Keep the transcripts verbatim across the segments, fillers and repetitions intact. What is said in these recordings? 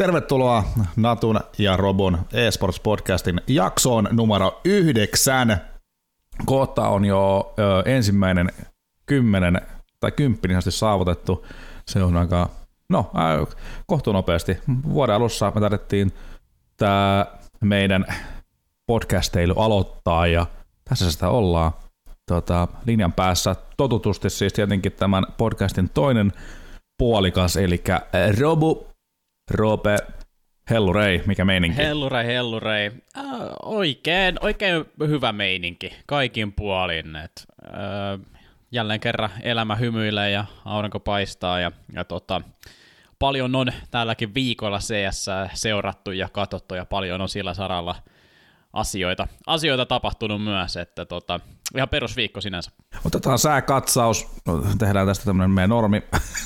Tervetuloa Natun ja Robun eSports-podcastin jaksoon numero yhdeksän. Kohta on jo ö, ensimmäinen kymmenen tai kymppinen asti saavutettu. Se on aika, no, äh, kohtuu nopeasti. Vuoden alussa me tarvittiin tämä meidän podcasteilu aloittaa ja tässä sitä ollaan tota, linjan päässä. Totutusti siis tietenkin tämän podcastin toinen puolikas, eli Robu, Rope, hellurei, mikä meininki? Hellurei, hellurei. Äh, oikein, oikein hyvä meininki, kaikin puolin. Et, äh, jälleen kerran elämä hymyilee ja aurinko paistaa ja, ja tota, paljon on tälläkin viikolla C S seurattu ja katsottu ja paljon on sillä saralla asioita, asioita tapahtunut myös, että tota, ihan perusviikko sinänsä. Otetaan sääkatsaus, tehdään tästä tämmöinen meidän normi.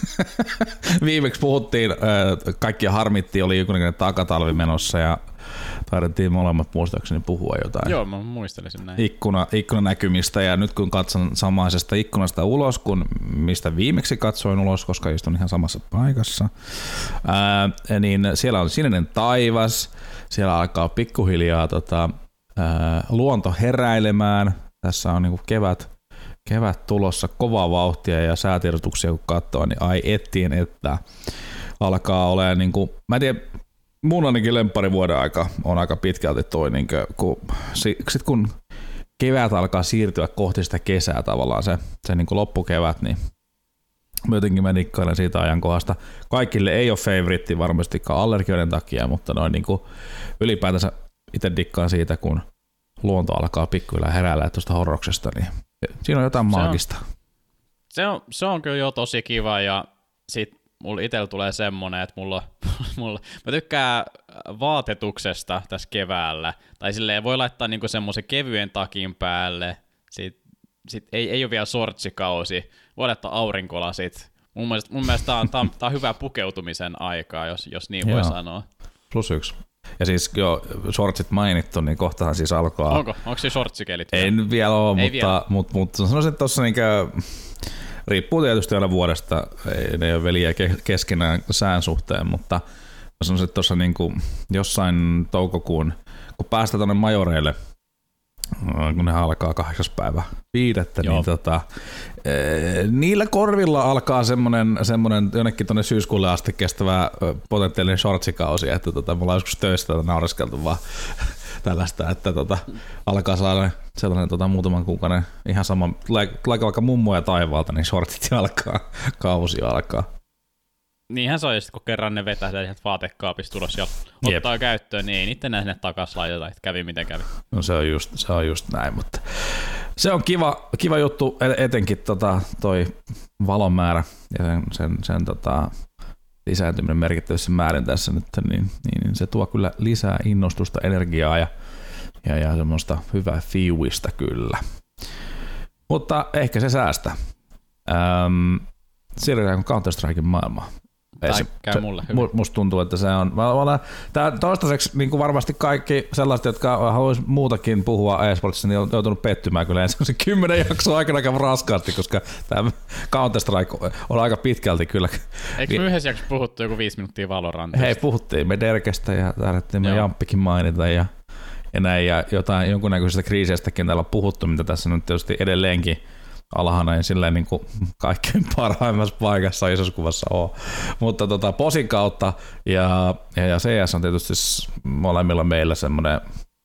Viimeksi puhuttiin, kaikkia harmittiin, oli jonkinlainen takatalvi menossa ja taidettiin molemmat muistaakseni puhua jotain. Joo, mä muistelisin näin. Ikkuna, ikkunanäkymistä ja nyt kun katson samaisesta ikkunasta ulos, kun mistä viimeksi katsoin ulos, koska istun ihan samassa paikassa, ää, niin siellä on sininen taivas, siellä alkaa pikkuhiljaa tota, ää, luonto heräilemään, tässä on niinku kevät, kevät tulossa kovaa vauhtia ja säätiedotuksia kun katsoo, niin ai ettien, että alkaa olemaan niinku, mä en tiedä, mun ainakin lemppari vuoden aika on aika pitkälti toi, niin kun, sit kun kevät alkaa siirtyä kohti sitä kesää tavallaan, se, se niin loppukevät, niin jotenkin mä dikkailen siitä ajankohdasta. Kaikille ei ole favoritti varmastikaan allergioiden takia, mutta noin niin kuin ylipäätänsä itse dikkaan siitä, kun luonto alkaa pikkuhiljaa heräillä tuosta horroksesta, niin siinä on jotain se maagista. On, se, on, se on kyllä jo tosi kiva ja sit mulla itsellä tulee semmonen, että mulla, mulla, mä tykkään vaatetuksesta tässä keväällä, tai silleen voi laittaa niinku semmoisen kevyen takin päälle, sit, sit ei, ei ole vielä sortsikausi, voi laittaa aurinkolasit. Mun mielestä, mun mielestä tää on, tää on, tää on hyvää pukeutumisen aikaa, jos, jos niin voi sanoa. Plus yksi. Ja siis jo shortsit mainittu, niin kohtahan siis alkaa. Onko? Onko se shortsikelit? Ei nyt vielä ole, ei mutta, vielä. mutta, mutta sanoisin, että tuossa niinkö riippuu tietysti aina vuodesta, ei, ne ei ole veliä keskenään sään suhteen, mutta mä sanoisin, että tuossa niinku jossain toukokuun, kun päästään tuonne majoreille, kun ne alkaa kahdeksas päivä viidettä, niin tota, niillä korvilla alkaa semmoinen, semmoinen jonnekin tuonne syyskuulle asti kestävä potentiaalinen shortsikausi, että tota, mulla on joskus töissä tätä naureskeltu vaan tällaista, että tota, alkaa saada sellainen tota, muutaman kuukauden ihan sama, tulee vaikka mummoja taivaalta, niin shortit alkaa, kausi alkaa. Niinhän se on, kun kerran ne vetähdään ihan vaatekaapista ulos ja Jep. ottaa käyttöön, niin ei niitä enää sinne takas laiteta, että kävi miten kävi. No se on just, se on just näin, mutta se on kiva, kiva juttu, etenkin tota, toi valon määrä ja sen, sen, sen tota, lisääntyminen merkittävissä määrin tässä nyt, niin, niin, niin se tuo kyllä lisää innostusta, energiaa ja, ja, ja semmoista hyvää fiuista kyllä. Mutta ehkä se säästä. Ähm, siirrytään Counter-Strikein maailmaan. Tai käy mulle hyvin. Musta tuntuu, että se on. Mä olen, tää toistaiseksi niin kuin varmasti kaikki sellaiset, jotka haluaisi muutakin puhua eSportsissa, niin on joutunut pettymään kyllä ensin kymmenen jaksoa aikana käy raskaasti, koska tämä Counter-Strike on aika pitkälti kyllä. Eikö me yhdessä jaksossa puhuttu joku viisi minuuttia Valorantista? Hei, puhuttiin me Derkestä ja tarvittiin me Jamppikin mainita ja, ja näin, ja jotain jonkunnäköisestä kriiseistäkin täällä on puhuttu, mitä tässä nyt tietysti edelleenkin alhana ja silleen niin kuin kaikkein parhaimmassa paikassa isossa kuvassa on. Mutta tota, posin kautta ja, ja, ja C S on tietysti molemmilla meillä semmoinen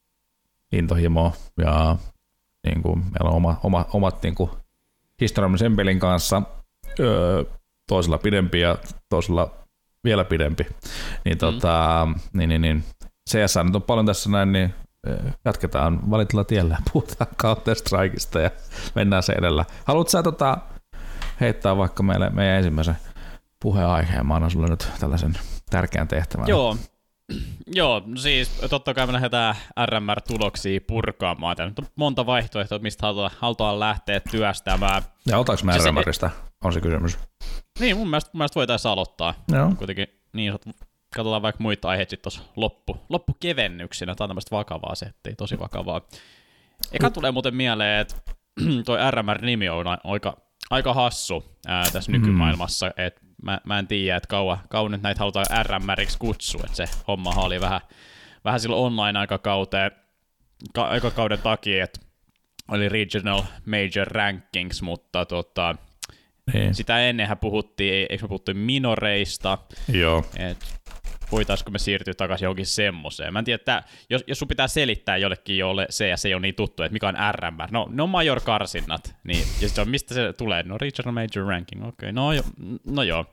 intohimo ja niin kuin, meillä on oma, oma, omat niin kuin historiallisen pelin kanssa öö, toisella pidempi ja toisella vielä pidempi. Niin, mm. tota, niin, niin, niin. C S nyt on paljon tässä näin, niin jatketaan valitulla tiellä, puhutaan Counter-Strikeista ja mennään se edellä. Haluatko sä tota, heittää vaikka meille meidän ensimmäisen puheenaiheen? Mä annan sulle nyt tällaisen tärkeän tehtävän. Joo, Joo, siis totta kai me lähdetään R M R-tuloksia purkaamaan. Täällä nyt on monta vaihtoehtoa, mistä halutaan, halutaan lähteä työstämään. Ja otaanko me R M R:stä, on se kysymys. Niin, mun mielestä, mun mielestä voitaisiin aloittaa. Joo. Kuitenkin niin, katsotaan vaikka muita aiheita sitten tuossa loppu, loppukevennyksinä. Tämä on tämmöistä vakavaa settiä, tosi vakavaa. Eka Nyt. tulee muuten mieleen, että toi R M R-nimi on aika, aika hassu ää, tässä mm. nykymaailmassa. Et mä, mä en tiedä, että kauan, kauan nyt näitä halutaan R M R:iksi kutsua, että se hommahan oli vähän, vähän silloin online-aikakauteen, ka, aikakauden takia, että oli Regional Major Rankings, mutta tota, niin. Sitä ennenhän puhuttiin, eikö me puhuttiin minoreista, joo. Et voitaisiko me siirtyä takaisin johonkin semmoseen. Mä en tiedä, että jos, jos sun pitää selittää jollekin, jolle se ja se ei ole niin tuttu, että mikä on R M R, no ne on major-karsinnat, niin, ja se on, mistä se tulee? No Regional Major Ranking, okei, okay. no, jo, no joo.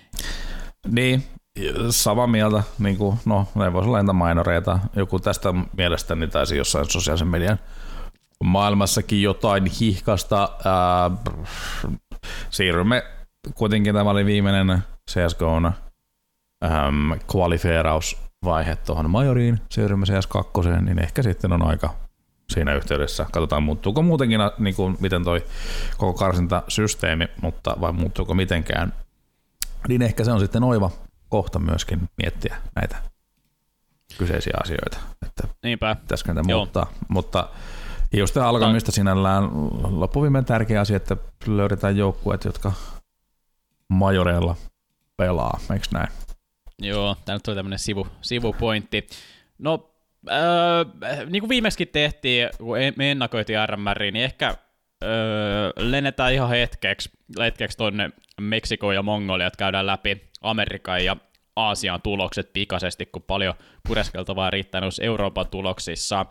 Niin, samaa mieltä, niin kuin, no ne voisi olla entä minoreita, joku tästä mielestäni taisi jossain sosiaalisen median maailmassakin jotain hihkasta. Ää, siirrymme, kuitenkin tämä oli viimeinen C S G O:n ähm, kvalifeerausvaihe tuohon majoriin, siirrymme C S kaksi, niin ehkä sitten on aika siinä yhteydessä. Katsotaan, muuttuuko muutenkin, niin kuin, miten toi koko karsintasysteemi, mutta vai muuttuuko mitenkään. Niin ehkä se on sitten oiva kohta myöskin miettiä näitä kyseisiä asioita, että niinpä. Pitäisikö näitä muuttaa, mutta just alkamista sinällään loppuviimein tärkeä asia, että löydetään joukkueet, jotka majoreilla pelaa, eikö näin? Joo, tämä nyt oli tämmöinen sivu, sivupointti. No, äh, niin kuin viimeksikin tehtiin, kun me ennakoitiin R M R:iin, niin ehkä äh, lennetään ihan hetkeksi, hetkeksi tuonne Meksikoon ja Mongoliat, käydään läpi Amerikan ja Aasian tulokset pikaisesti, kun paljon pureskeltavaa riittää noissa Euroopan tuloksissa.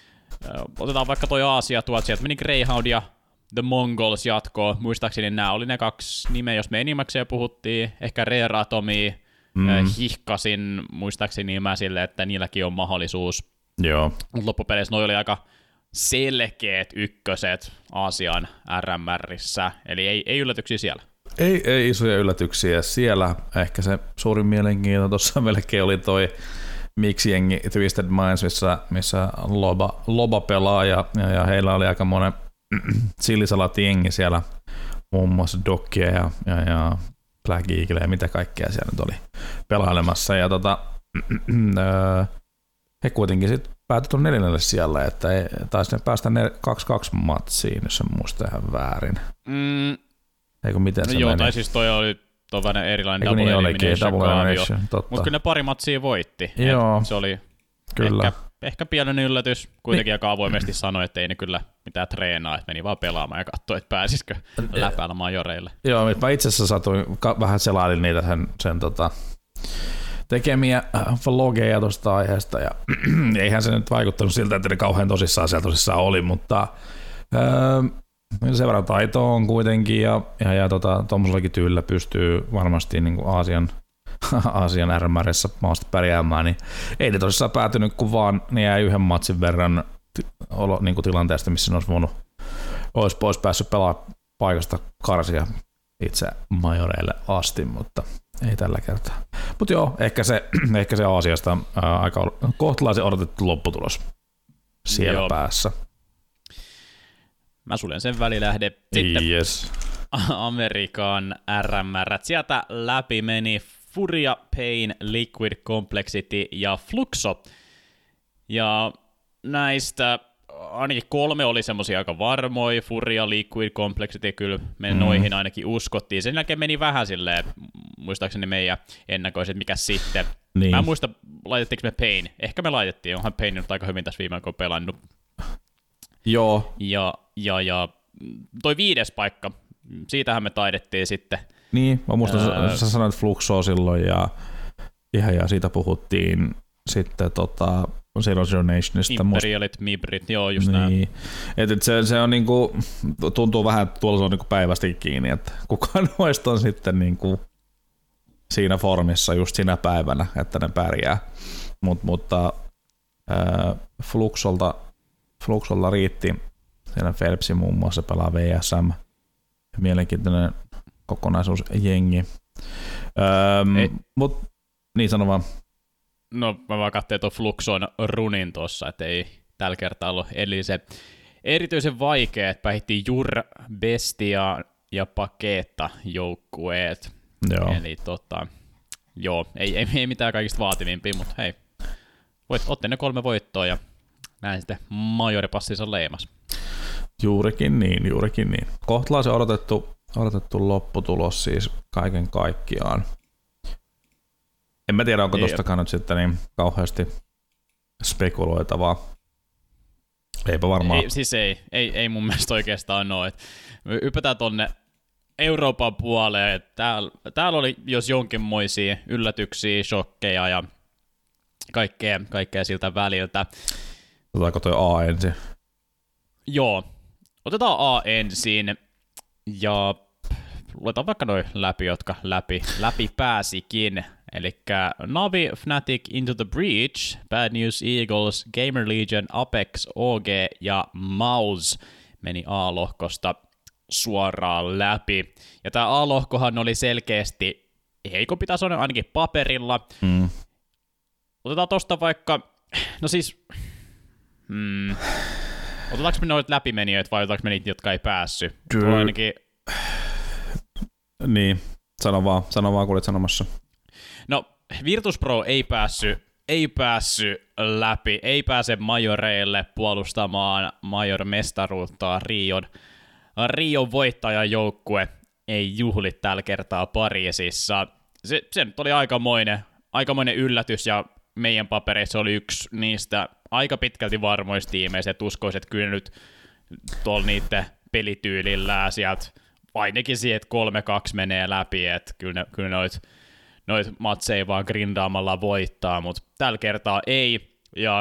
Otetaan vaikka toi Aasia tuolta, sieltä meni Greyhound ja The Mongols jatkoon. Muistaakseni nämä oli ne kaksi nimeä, jos me enimmäkseen puhuttiin. Ehkä Rare Atomi, mm. hihkasin muistaakseni mä sille, että niilläkin on mahdollisuus. Joo. Mutta loppupeleissä noi oli aika selkeät ykköset Aasian R M R:issä, eli ei, ei yllätyksiä siellä. Ei, ei isoja yllätyksiä siellä. Ehkä se suurin mielenkiinto tuossa melkein oli toi miksi-jengi Twisted Minds, missä, missä Loba, Loba pelaa, ja, ja, ja heillä oli aika monen sillisalati-jengi siellä, muun muassa Dokkia ja, ja, ja Black Eagle ja mitä kaikkea siellä nyt oli pelailemassa. Ja tota, he kuitenkin sitten päätyi tuon neljännelle siellä, että ei, taisi ne päästä kaksi kaksi matsiin, jos en muista ihan väärin. Mm. Eikö miten no se joo, meni? Tai siis toi oli tuollainen erilainen Double niin Elimination, double elimination, totta. Mutta kyllä ne pari matsia voitti. Joo. Se oli kyllä. Ehkä, ehkä pienen yllätys. Kuitenkin niin. aika avoimesti sanoi, että ei ne kyllä mitään treenaa, että meni vaan pelaamaan ja katsoi, että pääsisikö läpäällä majoreille. Joo, mä itse asiassa satuin, vähän selailin niitä sen, sen tota, tekemiä vlogeja tuosta aiheesta, ja eihän se nyt vaikuttanut siltä, että ne kauhean tosissaan siellä tosissaan oli, mutta öö, sen verran taito on kuitenkin, ja, ja, ja tota, tuommoisellakin tyylillä pystyy varmasti niin kuin Aasian, Aasian R M R:ssä maasta pärjäämään, niin ei ne tosissaan päätynyt, kun vaan ne jäi yhden matsin verran olo, niin kuin tilanteesta, missä ne olisi voinut, olisi pois päässyt pelaa paikasta karsia itse majoreille asti, mutta ei tällä kertaa. Mutta joo, ehkä se, ehkä se Aasiasta ää, aika kohtalaisen odotettu lopputulos siellä joo. päässä. Mä suljen sen välilähde. Sitten yes. Amerikan R M R. Sieltä läpi meni Furia, Pain, Liquid Complexity ja Fluxo. Ja näistä ainakin kolme oli semmosia aika varmoja. Furia, Liquid Complexity, kyllä me mm. noihin ainakin uskottiin. Sen jälkeen meni vähän silleen, muistaakseni meidän ennakoiset, mikä sitten. Niin. Mä en muista, laitettiinko me Pain. Ehkä me laitettiin, onhan Pain nyt aika hyvin tässä viime aikoina pelannut. Joo. Ja, ja, ja toi viides paikka, siitähän me taidettiin sitten. Niin, mä muistan, öö, sä sanoit Fluxoa silloin, ja, ja, ja siitä puhuttiin sitten tota, Zero Zero Nationista. Imperialit, Mibrit, joo, just niin. näin. Et, et se, se on niinku, tuntuu vähän, että tuolla se on niinku päivästi kiinni, että kukaan noista on sitten niinku siinä formissa just siinä päivänä, että ne pärjää. Mut, mutta äh, Fluxolta, Fluxolta riitti, siellä Phelpsi muun muassa pelaa V S M, mielenkiintoinen kokonaisuus jengi. Öö, mut niin sano vaan. No mä vaan katsoin tuon Fluxon runin tossa, että ei tällä kertaa ollut eli se erityisen vaikea, että päihittiin Jur, Bestia ja Paketta joukkueet. Joo. Eli tota, joo, ei, ei, ei mitään kaikista vaativimpia, mutta hei, voit, otti ne kolme voittoa ja näin sitten majoripassinsa leimas. Juurikin niin, juurikin niin. Kohtalaisen odotettu odotettu lopputulos siis kaiken kaikkiaan. En mä tiedä, onko tostakaan nyt sitten niin kauheasti spekuloitavaa. Eipä varmaan. Ei, siis ei, ei, ei mun mielestä oikeastaan ole. Me ypätään tonne Euroopan puoleen. Täällä, täällä oli jos jonkinmoisia yllätyksiä, shokkeja ja kaikkea, kaikkea siltä väliltä. Otetaanko toi A ensin? Joo, otetaan A ensin ja luetaan vaikka noin läpi, jotka läpi, läpi pääsikin. Elikkä Navi, Fnatic, Into the Breach, Bad News Eagles, Gamer Legion, Apex, O G ja Mouse meni A-lohkosta suoraan läpi. Ja tää A-lohkohan oli selkeästi heikompi tasoinen ainakin paperilla. Mm. Otetaan tosta vaikka, no siis, hmm, otetaanko me noita läpimenijöitä vai otetaanko me niitä, jotka ei päässyt? Tuo ainakin... Niin, sano vaan, sano vaan, kun olet sanomassa. No, Virtus Pro ei päässyt, ei päässyt läpi, ei pääse majoreille puolustamaan major-mestaruutta. Rion, Rion voittajajoukkue ei juhli tällä kertaa Pariisissa. Se, se nyt oli aikamoinen, aikamoinen yllätys, ja meidän papereissa oli yksi niistä aika pitkälti varmoista tiimeistä, että uskoisin, että kyllä nyt tuolla niiden pelityylillä sieltä ainakin siihen, että kolme kaksi menee läpi, että kyllä, kyllä noit noit matseja vaan grindaamalla voittaa, mutta tällä kertaa ei, ja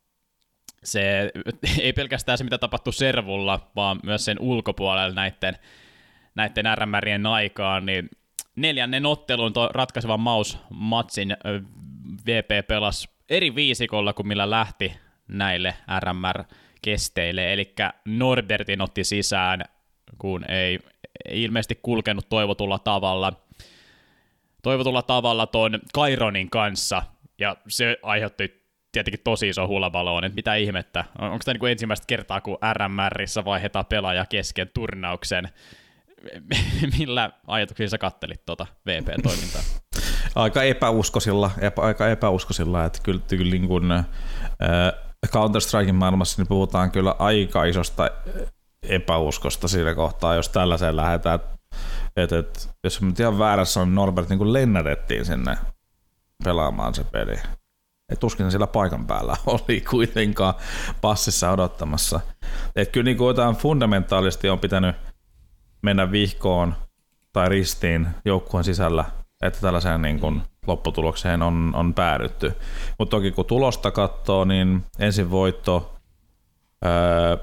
se ei pelkästään se, mitä tapahtui servulla, vaan myös sen ulkopuolella näiden, näiden R M R:ien aikaan, niin neljännen ottelun ratkaisevan Maus-matsin V P pelasi eri viisikolla kuin millä lähti näille R M R-kesteille, eli Norbertin otti sisään, kun ei, ei ilmeisesti kulkenut toivotulla tavalla, toivotulla tavalla ton Kaironin kanssa, ja se aiheutti tietenkin tosi iso hulabaloon, että mitä ihmettä. Onko tämä niin ensimmäistä kertaa, kun R M R:ssä vaihdetaan pelaaja kesken turnauksen? Millä ajatuksilla sä kattelit tuota V P-toimintaa? Aika epäuskoisilla, epä, aika epäuskoisilla, että kyllä, kyllä niin kuin, äh, Counter-Strikein maailmassa niin puhutaan kyllä aika isosta epäuskosta siinä kohtaa, jos tällaiseen lähdetään. Et, et, jos nyt ihan väärässä on, Norbert niin kuin lennätettiin sinne pelaamaan se peli. Et tuskin siellä paikan päällä oli kuitenkaan passissa odottamassa. Et kyllä niin kuin jotain fundamentaalisesti on pitänyt mennä vihkoon tai ristiin joukkueen sisällä, että tällaiseen niin kuin lopputulokseen on, on päädytty. Mutta toki kun tulosta katsoo, niin ensin voitto öö,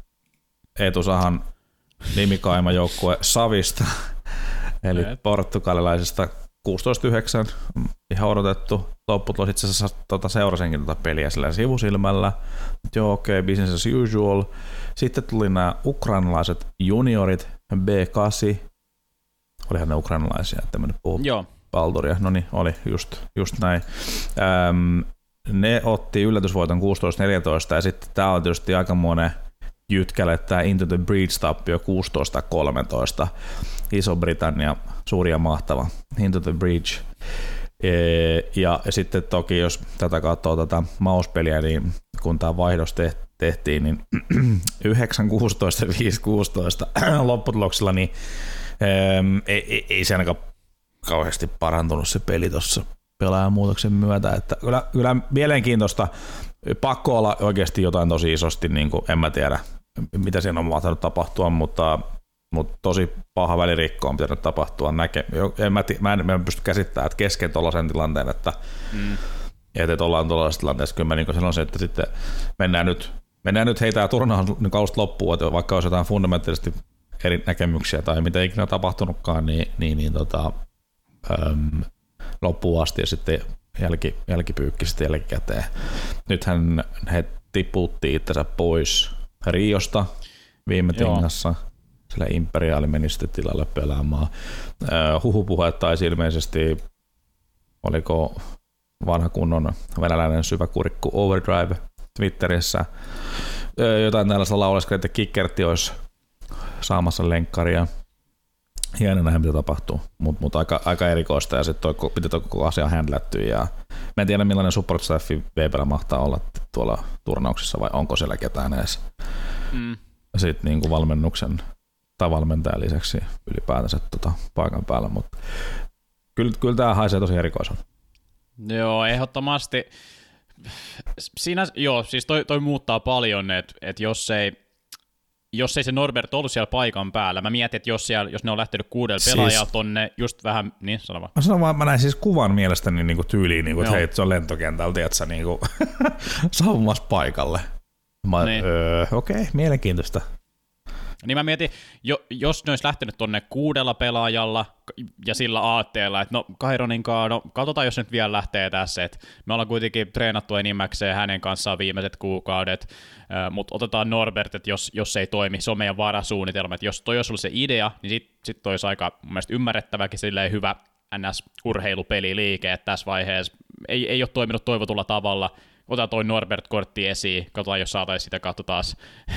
Eetu Sahan nimikaima joukkue Savista, eli portugalilaisesta kuusitoista yhdeksän, ihan odotettu. Lopputulos itse asiassa tota, seurasinkin tuota peliä sillä sivusilmällä. Joo, okei, okay, business as usual. Sitten tuli nämä ukrainalaiset juniorit, B kahdeksan. Olihan ne ukrainalaisia, että mä nyt puhun Joo. Balduria. No niin, oli just, just näin. Ähm, ne otti yllätysvoiton kuusitoista neljätoista, ja sitten tää on tietysti aikamoinen jytkälle, tämä Into the Breach-tappio kuusitoista kolmetoista. Iso-Britannia, suuri ja mahtava. Into the Breach. E, ja, ja sitten toki, jos tätä katsoo tätä mauspeliä, niin kun tämä vaihdos tehtiin, niin yhdeksän kuusitoista viisi kuusitoista lopputuloksella, niin ähm, ei, ei, ei se ainakaan kauheasti parantunut se peli tuossa pelaajamuutoksen myötä. Että kyllä, kyllä mielenkiintoista, pakko olla oikeasti jotain tosi isosti, niin kuin, en mä tiedä mitä siinä on mahtanut tapahtua, mutta, mutta tosi paha välirikko on pitänyt tapahtua. Näke, en mä, mä, en, mä en pysty käsittämään, että kesken tuollaisen tilanteen, että, mm. että, että ollaan tuollaisessa tilanteessa, kyllä mä niin sanoisin, että sitten mennään nyt, mennään nyt heitää turnahan kausta loppuun, että vaikka olisi jotain fundamentaalisesti eri näkemyksiä tai mitä ikinä on tapahtunutkaan, niin, niin, niin tota, äm, loppuun asti ja sitten jälki, jälkipyykki sitten jälkikäteen. Nythän he tiputtiin itsensä pois Riosta viime tingassa. Sillä Imperiaali meni sitten tilalle pelaamaan. Huhupuheet taisi ilmeisesti, oliko vanha kunnon venäläinen syväkurikku Overdrive Twitterissä. Jotain tällaista lauleskelua, että Kikkerti olisi saamassa lenkkaria. Hienoa nähdä, mitä tapahtuu, mutta mut aika, aika erikoista ja sitten miten tuo koko asia on handlätty. Ja mä en tiedä, millainen support staffi V P:llä mahtaa olla tuolla turnauksessa vai onko siellä ketään edes. Mm. Sitten niin kuin valmennuksen tai valmentajan lisäksi ylipäätänsä tota, paikan päällä, mutta kyllä, kyllä tämä haisee tosi erikoiselta. Joo, ehdottomasti. Siinä, joo, siis toi, toi muuttaa paljon, että et jos ei jos ei se Norbert ollut siellä paikan päällä, mä mietin, että jos, siellä, jos ne on lähtenyt kuudella siis, pelaajalla tonne just vähän, niin sano vaan. Mä sanon vaan, mä näin siis kuvan mielestäni niinku tyyliin, niinku, että hei, se on lentokentällä, tiedätkö, niinku, saavumassa paikalle. Mä, niin. öö, okei, okay, mielenkiintoista. Niin mä mietin, jo, jos ne olisi lähtenyt tonne kuudella pelaajalla ja sillä aatteella, että no Kaironinkaan, no katsotaan jos nyt vielä lähtee tässä, että me ollaan kuitenkin treenattu enimmäkseen hänen kanssaan viimeiset kuukaudet, äh, mutta otetaan Norbert, että jos, jos ei toimi, se on meidän varasuunnitelma, että jos toi olisi ollut se idea, niin sitten sit olisi aika mun mielestä ymmärrettäväkin silleen hyvä N S-urheilupeliliike, että tässä vaiheessa ei, ei ole toiminut toivotulla tavalla. Otetaan toi Norbert-kortti esiin, katsotaan jos saataisiin sitä kautta taas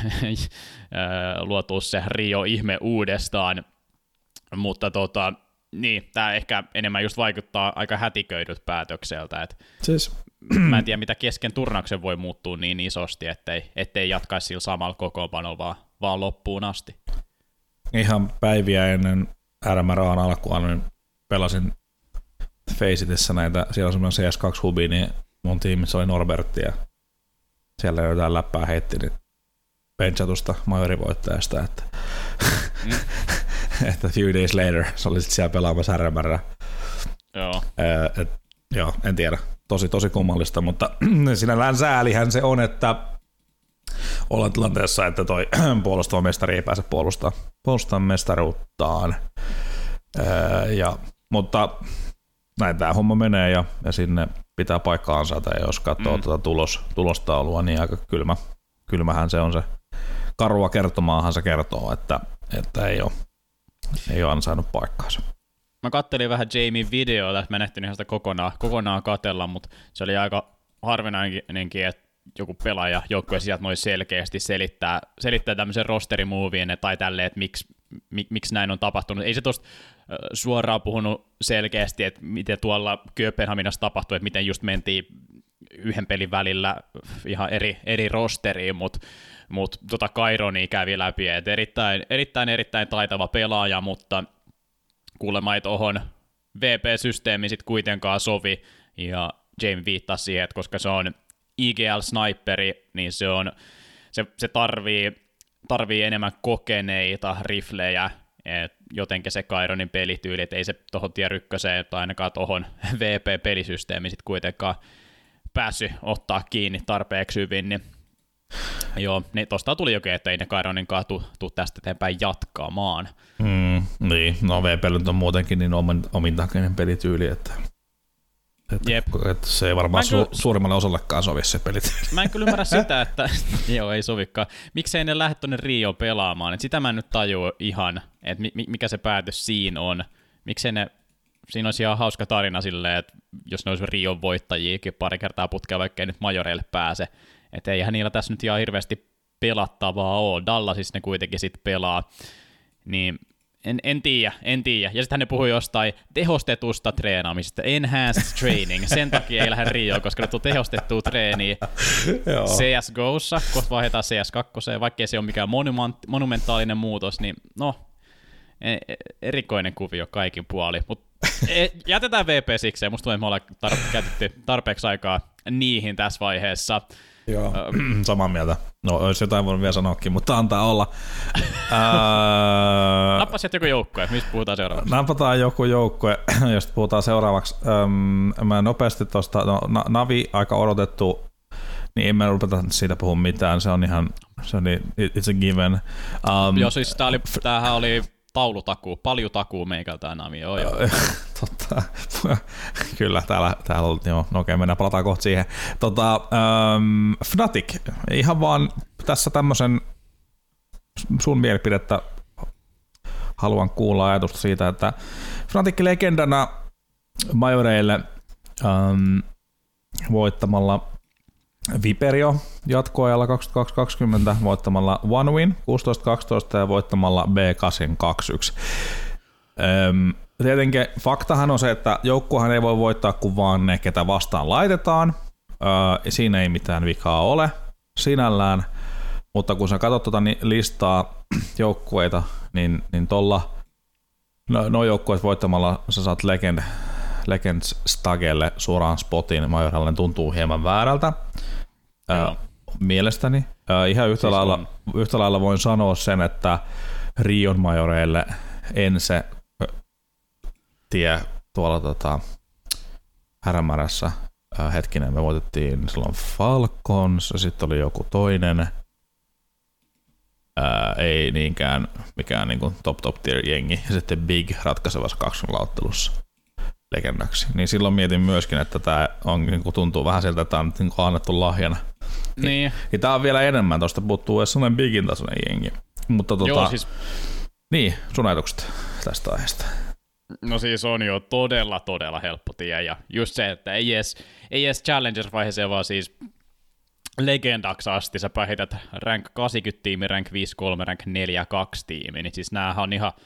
luotua se Rio-ihme uudestaan, mutta tota, niin, tämä ehkä enemmän just vaikuttaa aika hätiköidyt päätökseltä, että siis mä en tiedä mitä kesken turnauksen voi muuttua niin isosti, ettei, ettei jatkaisi sillä samalla kokoonpanolla vaan, vaan loppuun asti. Ihan päiviä ennen R M R A:n alkua, niin pelasin Facetissa näitä, siellä on semmoinen C S kaksi hubi, niin mun tiimissä oli Norbertti ja siellä jotain läppää heitti niin benchatusta majorivoittajasta, että, mm. että few days later se oli sitten siellä pelaamassa R M R. Joo. Et, joo, en tiedä. Tosi, tosi kummallista, mutta sinällään säälihän se on, että ollaan tilanteessa, että toi puolustava mestari ei pääse puolustamaan, puolustamaan mestaruuttaan. Ja, mutta näin tämä homma menee ja, ja sinne pitää paikka ansaita, ja jos katsoo mm. tuota tulos, tulostaulua, niin aika kylmä, kylmähän se on se. Karua kertomaahan se kertoo, että, että ei, ole, ei ole ansainnut paikkaansa. Mä kattelin vähän Jamien videoa, että mä en ehtinyt sitä kokonaan, kokonaan katsella, mutta se oli aika harvinainenkin, että joku pelaaja joukkueen sieltä noin selkeästi selittää, selittää tämmöisen rosterimovien tai tälleen, että miksi, mik, miksi näin on tapahtunut. Ei se tuosta suoraan puhunut selkeästi, että miten tuolla Kööpenhaminassa tapahtui, että miten just mentiin yhden pelin välillä ihan eri, eri rosteriin, mutta mut tota Kaironia kävi läpi, että erittäin, erittäin, erittäin taitava pelaaja, mutta kuulemma ei tuohon V P-systeemiin sitten kuitenkaan sovi, ja Jamie viittasi siihen, että koska se on I G L-sniperi, niin se, on, se, se tarvii, tarvii enemmän kokeneita riflejä, et jotenkin se Kaironin pelityyli, että ei se tuohon tier ykköseen tai ainakaan tuohon V P-pelisysteemiin sitten kuitenkaan päässyt ottaa kiinni tarpeeksi hyvin, niin joo, niin tosta tuli jokin, että ei ne Kaironinkaan tuu, tuu tästä eteenpäin jatkamaan. Mm, niin, no V P on muutenkin niin omintakeinen pelityyli, että että, että se ei varmaan su- kyllä, suurimmalle osallekaan sovi se pelit. Mä en kyllä ymmärrä sitä, että joo, ei sovikaan. Miksei ne lähde tuonne Rioon pelaamaan? Et sitä mä en nyt tajua ihan, että mi- mikä se päätös siinä on. Miksei ne, siinä olisi ihan hauska tarina silleen, että jos ne olisi Rion voittajiakin pari kertaa putkea, vaikka ei nyt majoreille pääse. Että eihän niillä tässä nyt ihan hirveästi pelattavaa ole. Dallasissa ne kuitenkin sitten pelaa. Niin En, en tiedä, en tiedä. Ja sitten ne puhui jostain tehostetusta treenaamisesta, enhanced training. Sen takia ei lähde Rioon, koska ne tuu tehostettua treeniä C S G O:ssa, kohta vaihdetaan C S kaksi, vaikkei se ole mikään monumentaalinen muutos, niin no, erikoinen kuvio kaikin puoli. Mutta jätetään V P sikseen, musta tuntuu, että me ollaan tar- käytetty tarpeeksi aikaa niihin tässä vaiheessa. Joo, samaa mieltä. No, olisi jotain voinut vielä sanoakin, mutta antaa olla. Nappasit joku joukkue, mistä puhutaan seuraavaksi? Napataan joku joukkue, josta puhutaan seuraavaksi. Ähm, mä nopeasti tuosta, no, Navi aika odotettu, niin en mä rupeta siitä puhua mitään, se on ihan, se on, it's a given. Um, joo, siis tää oli, tämähän oli taulutakuu, paljutakuu meikältään Navi, joo joo. Totta, kyllä, täällä, täällä on, joo, no okei, mennään, palataan kohta siihen. Tota, um, Fnatic, ihan vaan tässä tämmöisen sun mielipidettä haluan kuulla ajatusta siitä, että Fnatic legendana majoreille um, voittamalla Viperio jatkoajalla kaksikymmentäkaksi kaksikymmentä, voittamalla One Win kuusitoista kaksitoista ja voittamalla B kahdeksan kaksi yksi. Öm, tietenkin faktahan on se, että joukkuehan ei voi voittaa kuin vaan ne, ketä vastaan laitetaan. Öö, siinä ei mitään vikaa ole sinällään, mutta kun sä katsot tuota listaa, joukkueita, niin, niin tuolla no, no joukkueet voittamalla sä saat Legend, Legends Stagelle suoraan spotin majoralle tuntuu hieman väärältä. Ää, mielestäni. Ää, ihan yhtä, siis lailla, yhtä lailla voin sanoa sen, että Rion majoreille en se tie tuolla tota, Härämärässä. Ää, hetkinen, me voitettiin silloin Falcons ja sitten oli joku toinen. Ää, ei niinkään mikään niinku top top tier jengi ja sitten Big ratkaisevassa kaksinlauttelussa legendaksi. Niin silloin mietin myöskin, että tämä on, niinku, tuntuu vähän siltä, että tämä on niinku annettu lahjana. Niin. Ja tämä on vielä enemmän, tuosta puuttuu edes sellainen Bigin tasoinen jengi. Mutta tota, Joo, siis... niin, sun ajatukset tästä aiheesta. No siis on jo todella, todella helppo tie. Ja just se, että ei edes, ei edes Challengers-vaiheeseen, vaan siis legendaksi asti sä pähität rank kahdeksankymmentä tiimi, rank viisikymmentäkolme, rank neljäkymmentäkaksi tiimi. Niin siis näähän on ihan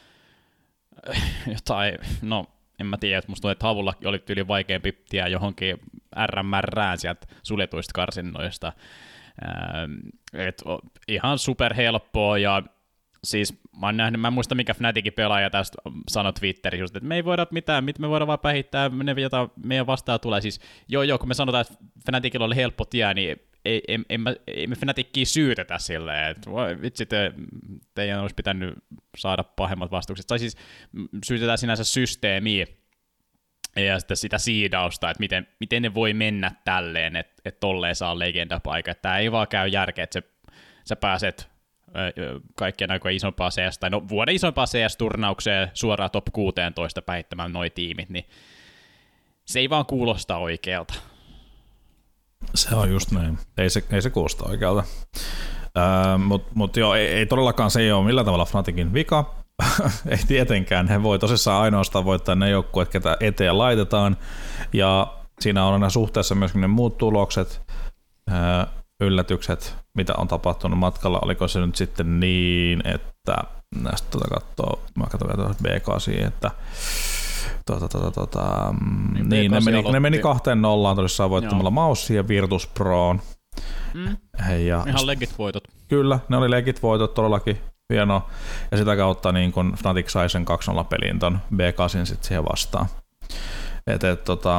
jotain, no en mä tiedä, että musta tuntuu, että Havulla oli yli vaikeampi tie johonkin R M R:ään sieltä suljetuista karsinnoista. Ähm, et, ihan superhelppoa ja siis mä oon nähnyt, mä en muista mikä Fnaticin pelaaja tästä sanoi Twitterissä just, että me ei voida mitään, mit me voidaan vaan päihittää, ne jota meidän vastaan tulee. Siis joo joo, kun me sanotaan, että Fnaticilla oli helppo tie, niin ei, ei, ei, ei me Fnatickia syytetä silleen, että voi, vitsi, te, teidän olisi pitänyt saada pahemmat vastukset. Tai siis syytetään sinänsä systeemiä ja sitten sitä siidausta, että miten, miten ne voi mennä tälleen, että, että tolleen saa legendapaikka. Että tämä ei vaan käy järkeä, että se, sä pääset kaikkien aikojen isompaa C S, tai no vuoden isompaa C S-turnaukseen suoraan top kuusitoista päihittämään noi tiimit, niin se ei vaan kuulosta oikealta. Se on just näin. Ei se, ei se kuulosta oikealta. Öö, Mutta mut joo, ei, ei todellakaan se ei ole millään tavalla Fnaticin vika. Ei tietenkään. He voi tosissaan ainoastaan voittaa ne joukkueet, ketä eteen laitetaan. Ja siinä on aina suhteessa myöskin ne muut tulokset, öö, yllätykset, mitä on tapahtunut matkalla. Oliko se nyt sitten niin, että näistä tuota katsoo, mä katson vielä tuosta B kahdeksan, että Tota, tota, tota, niin, niin ne, meni, ne meni kahteen nollaan tosissaan voittamalla Maussi ja Virtus Proon. Mm. Ja ihan legit voitot. Kyllä, ne oli legit voitot todellakin hienoa. Ja sitä kautta niin kun Fnatic sai sen kaksi nolla pelin ton B kahdeksan sit siihen vastaan. Et, et, tota,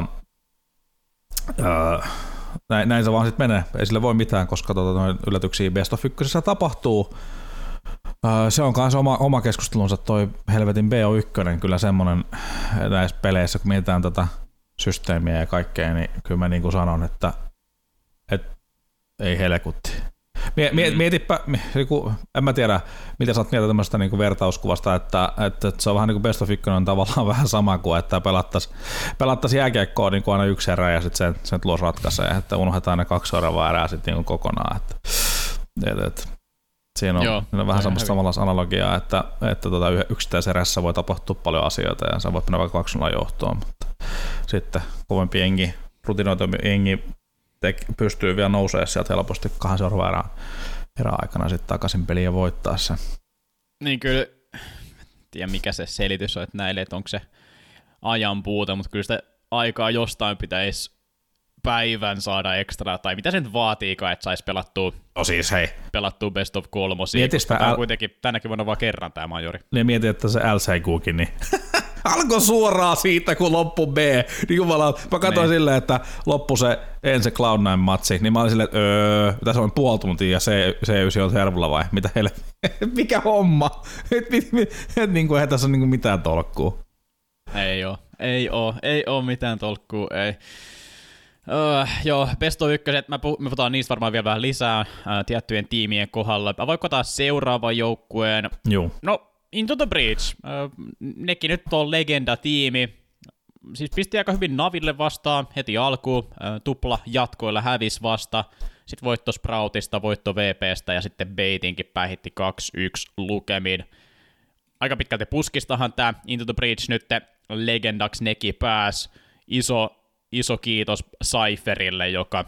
öö, näin, näin se vaan sit menee. Ei sille voi mitään, koska tota, noin yllätyksiä Best of ykkösessä tapahtuu. Se on myös oma, oma keskustelunsa, toi helvetin B O yksi, kyllä semmoinen näissä peleissä, kun mietitään tätä systeemiä ja kaikkea, niin kyllä mä niin kuin sanon, että, että ei helkutti. Mietipä, en mä tiedä, mitä sä oot mieltä tämmöisestä niin kuin vertauskuvasta, että, että se on vähän niin kuin Best of yksi on tavallaan vähän sama kuin, että pelattaisiin pelattaisi jääkiekkoa niin kuin aina yksi erä ja sitten se, se tulos ratkaisee, että unohdetaan ne kaksi seuraavaa erää sitten niin kuin kokonaan. Että, että, että. Siinä on, Joo, on vähän samasta samanlaista analogiaa, että, että tuota yksittäisessä erässä voi tapahtua paljon asioita ja sä voit mennä vaikka kaksi nolla johtoon, mutta sitten kovempi jengi, rutinoitumpi jengi te, pystyy vielä nousemaan sieltä helposti kahden seuraavan erän, erän aikana sitten takaisin peliin ja voittaa sen. Niin kyllä, tiedä mikä se selitys on, että näille, että onko se ajan puute, mutta kyllä sitä aikaa jostain pitäisi päivän saada ekstra, tai mitä se nyt vaatiikaan, että saisi pelattua, no siis, hei. pelattua best of kolmosia, koska tämä on kuitenkin tänäkin vuonna vaan kerran tämä majori. Niin mietin, että se L C Qkin, niin alkoi suoraan siitä, kun loppu B. Niin jumala, mä katsoin niin. Silleen, että loppu se ensin Cloud nine matsi, niin mä olin silleen, että öö, tässä on puoli tuntia ja C yhdeksän on servulla vai? Mitä heille? Mikä homma? Et, et, et, et, niin kuin, eihän tässä ole niin kuin mitään tolkkua. Ei oo, ei oo, ei oo mitään tolkkua, ei. Uh, joo, Best of yksi, me puhutaan niistä varmaan vielä vähän lisää uh, tiettyjen tiimien kohdalla. Mä voin ottaa seuraavan joukkueen. Joo. No, Into the Breach. Uh, nekin nyt on legenda-tiimi. Siis pisti aika hyvin Naville vastaan heti alkuun. Uh, tupla jatkoilla hävis vasta. Sitten voitto Sproutista, voitto V P:stä ja sitten Baitinkin päihitti kaksi yksi lukemin. Aika pitkälti puskistahan tää Into the Breach nyt legendaksi nekin pääs. Iso Iso kiitos Cypherille, joka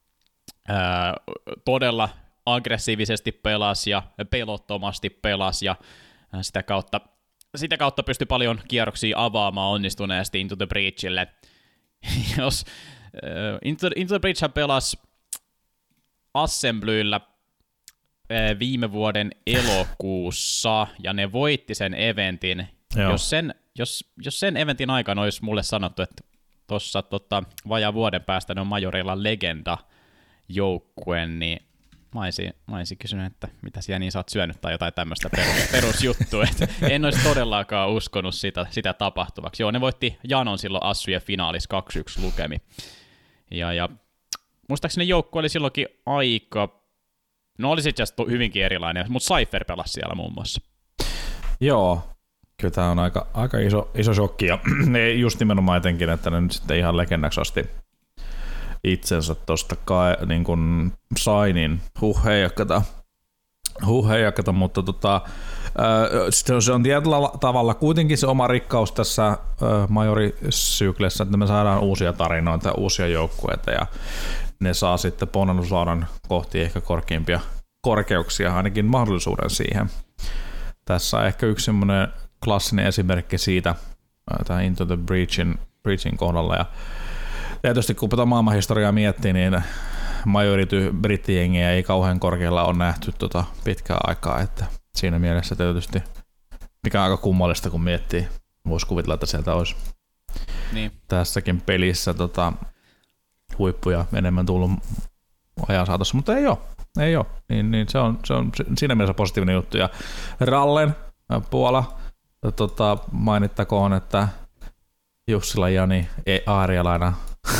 ää, todella aggressiivisesti pelasi ja pelottomasti pelasi ja ää, sitä kautta, sitä kautta pystyi paljon kierroksia avaamaan onnistuneesti Into the Breachille. Jos ää, Into, Into the Breach pelasi Assemblyllä viime vuoden elokuussa, ja ne voitti sen eventin. Jos sen, jos, jos sen eventin aikana olisi mulle sanottu, että tuossa tota, vajaa vuoden päästä ne on Majorilla legenda joukkue, niin mä olisin, mä olisin kysynyt, että mitä siellä niin sä oot syönyt tai jotain tämmöistä perus, perusjuttua. En olisi todellakaan uskonut sitä, sitä tapahtuvaksi. Joo, ne voitti Janon silloin Assujen finaalissa kaksi yksi lukemi. Ja, ja muistaakseni joukko oli silloinkin aika, no oli itse asiassa hyvinkin erilainen, mutta Cypher pelasi siellä muun muassa. Joo, kyllä tämä on aika, aika iso, iso shokki, ja just nimenomaan etenkin, että ne nyt sitten ihan legendaksi asti itsensä tuosta niin kuin sai, niin huh heijakkata, huh heijakkata, mutta tota, äh, se on tietyllä tavalla kuitenkin se oma rikkaus tässä äh, majorisyklissä, että me saadaan uusia tarinoita, uusia joukkueita, ja ne saa sitten bonuslaudan kohti ehkä korkeimpia korkeuksia, ainakin mahdollisuuden siihen. Tässä on ehkä yksi semmoinen klassinen esimerkki siitä, tämä Into the Breachin, Breachin kohdalla, ja tietysti kun tätä maailmanhistoriaa miettii, niin majority brittijengiä ei kauhean korkealla ole nähty tota pitkää aikaa, että siinä mielessä tietysti mikä on aika kummallista, kun miettii, voisi kuvitella, että sieltä olisi niin tässäkin pelissä tota, huippuja enemmän tullut ajan saatossa, mutta ei ole, ei ole. Niin, niin se, on, se on siinä mielessä positiivinen juttu. Ja Rallen Puola tota, mainittakoon, että Jussila Jani aarialaina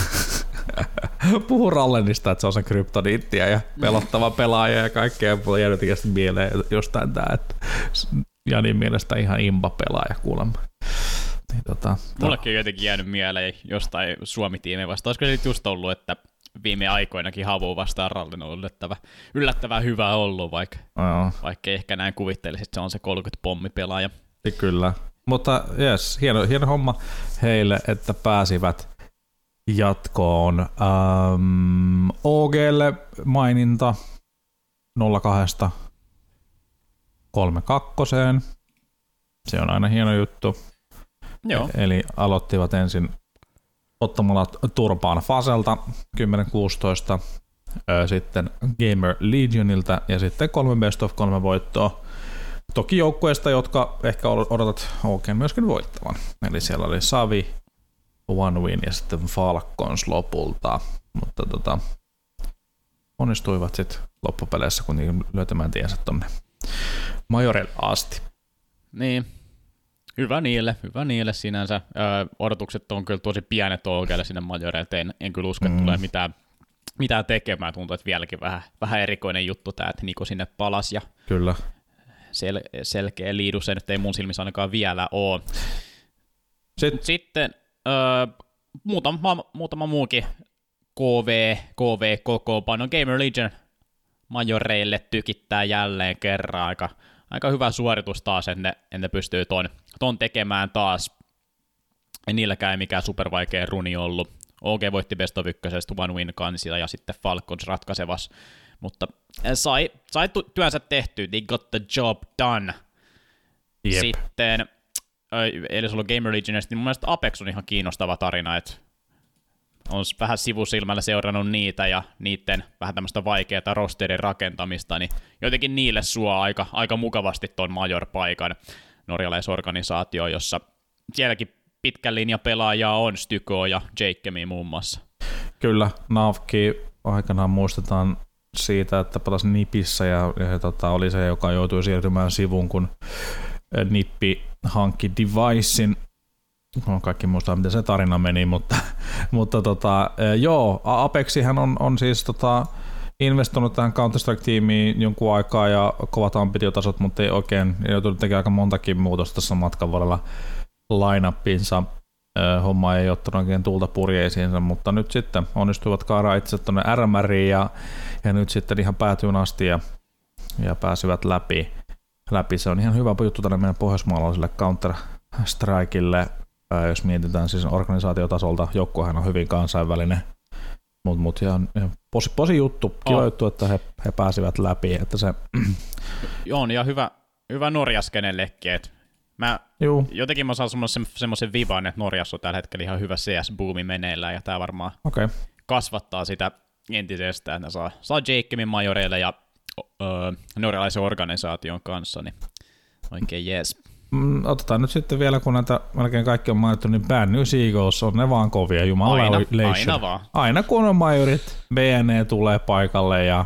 puhuu Rallenista, että se on sen kryptoniittiä ja pelottava pelaaja ja kaikkea, mutta jäänyt tietysti mieleen jostain tää, että Janin mielestä ihan imba pelaaja kuulemma. Niin, tota, Mullekin on jotenkin jäänyt mieleen jostain Suomi-tiimeen vasta. Olisiko se just ollut, että viime aikoinakin Havu vastaan Rallen on yllättävän, yllättävän hyvä ollut, vaikka, no. vaikka ei ehkä näin kuvittelisi, että se on se kolmekymmentä-pommipelaaja. Kyllä, mutta jes, hieno, hieno homma heille, että pääsivät jatkoon. Ähm, O G:lle maininta nolla kaksi kolme kaksi. Se on aina hieno juttu. Joo. Eli aloittivat ensin ottamalla turpaan Faselta kymmenen kuusitoista, sitten Gamer Legionilta ja sitten kolme best of kolme voittoa. Toki joukkueista, jotka ehkä odotat oikein myöskin voittavan. Eli siellä oli Savi, One Win ja sitten Falcons lopulta. Mutta tota, onnistuivat sitten loppupeleissä kuitenkin löytämään tiensä tonne Majorille asti. Niin. Hyvä niille, hyvä niille sinänsä. Ö, odotukset on kyllä tosi pienet oikealle sinne Majoreille. En, en kyllä usko, että mm. tulee mitään, mitään tekemään. Tuntuu, että vieläkin vähän, vähän erikoinen juttu tämä, että Niko sinne palasi. Ja kyllä. Sel, selkeä liidu, se nyt ei mun silmissä ainakaan vielä ole. Sitten, Sitten ö, muutama, muutama muukin K V, K V kokoonpano. Gamer Legion Majoreille tykittää jälleen kerran aika, aika hyvä suoritus taas, että ne, että ne pystyy ton, ton tekemään taas. Ei niilläkään ei mikään supervaikea runi ollut. O G voitti Best of ykkösestä One Win kansilla ja sitten Falcons ratkaisevas. Mutta sai, sai työnsä tehtyä, they got the job done. Jep. Sitten, eli sulla on Gamer Legionista, niin mun mielestä Apex on ihan kiinnostava tarina, että on vähän sivusilmällä seurannut niitä ja niiden vähän tämmöistä vaikeaa rosterin rakentamista, niin jotenkin niille suo aika, aika mukavasti ton Major-paikan norjalaisorganisaatio, jossa sielläkin pitkän linjan pelaajaa on Styko ja Jakemi muun muassa. Kyllä, Navki aikanaan muistetaan siitä, että pelasi Nipissä ja, ja tota, oli se, joka joutui siirtymään sivuun, kun Nippi hankki Devicein. No, kaikki muistaa, miten se tarina meni, mutta, mutta tota, joo, Apexihän on, on siis tota, investoinut tähän Counter-Strike-tiimiin jonkun aikaa ja kovat ambitiotasot, mutta ei oikein, joutunut tekemään aika montakin muutosta tässä matkan varrella line-upinsa. Homma ei ottanut oikein tulta purjeisiinsa, mutta nyt sitten onnistuivat kaaraa itse tuonne R M Riin ja, ja nyt sitten ihan päätyyn asti ja, ja pääsivät läpi. läpi. Se on ihan hyvä juttu tänne meidän pohjoismaalaiselle Counter-Strikeille, jos mietitään siis organisaatiotasolta. Joukkuehan on hyvin kansainvälinen, mutta mut ihan, ihan posi, posi juttu, kiva oh. juttu, että he, he pääsivät läpi. Että se Joo, ja hyvä, hyvä Norjaskenellekin, että Mä Juu. jotenkin mä saan semmoisen viban, että Norjassa on tällä hetkellä ihan hyvä C S-boomi meneillään, ja tää varmaan okay. kasvattaa sitä entisestään, että ne saa, saa Jakemin Majoreille, ja öö, norjalaisen organisaation kanssa, niin oikein jees. Mm, otetaan nyt sitten vielä, kun näitä melkein kaikki on mainittu, niin Bad News Eagles on ne vaan kovia, jumala aina, aina vaan. Aina kun on majorit, B N E tulee paikalle ja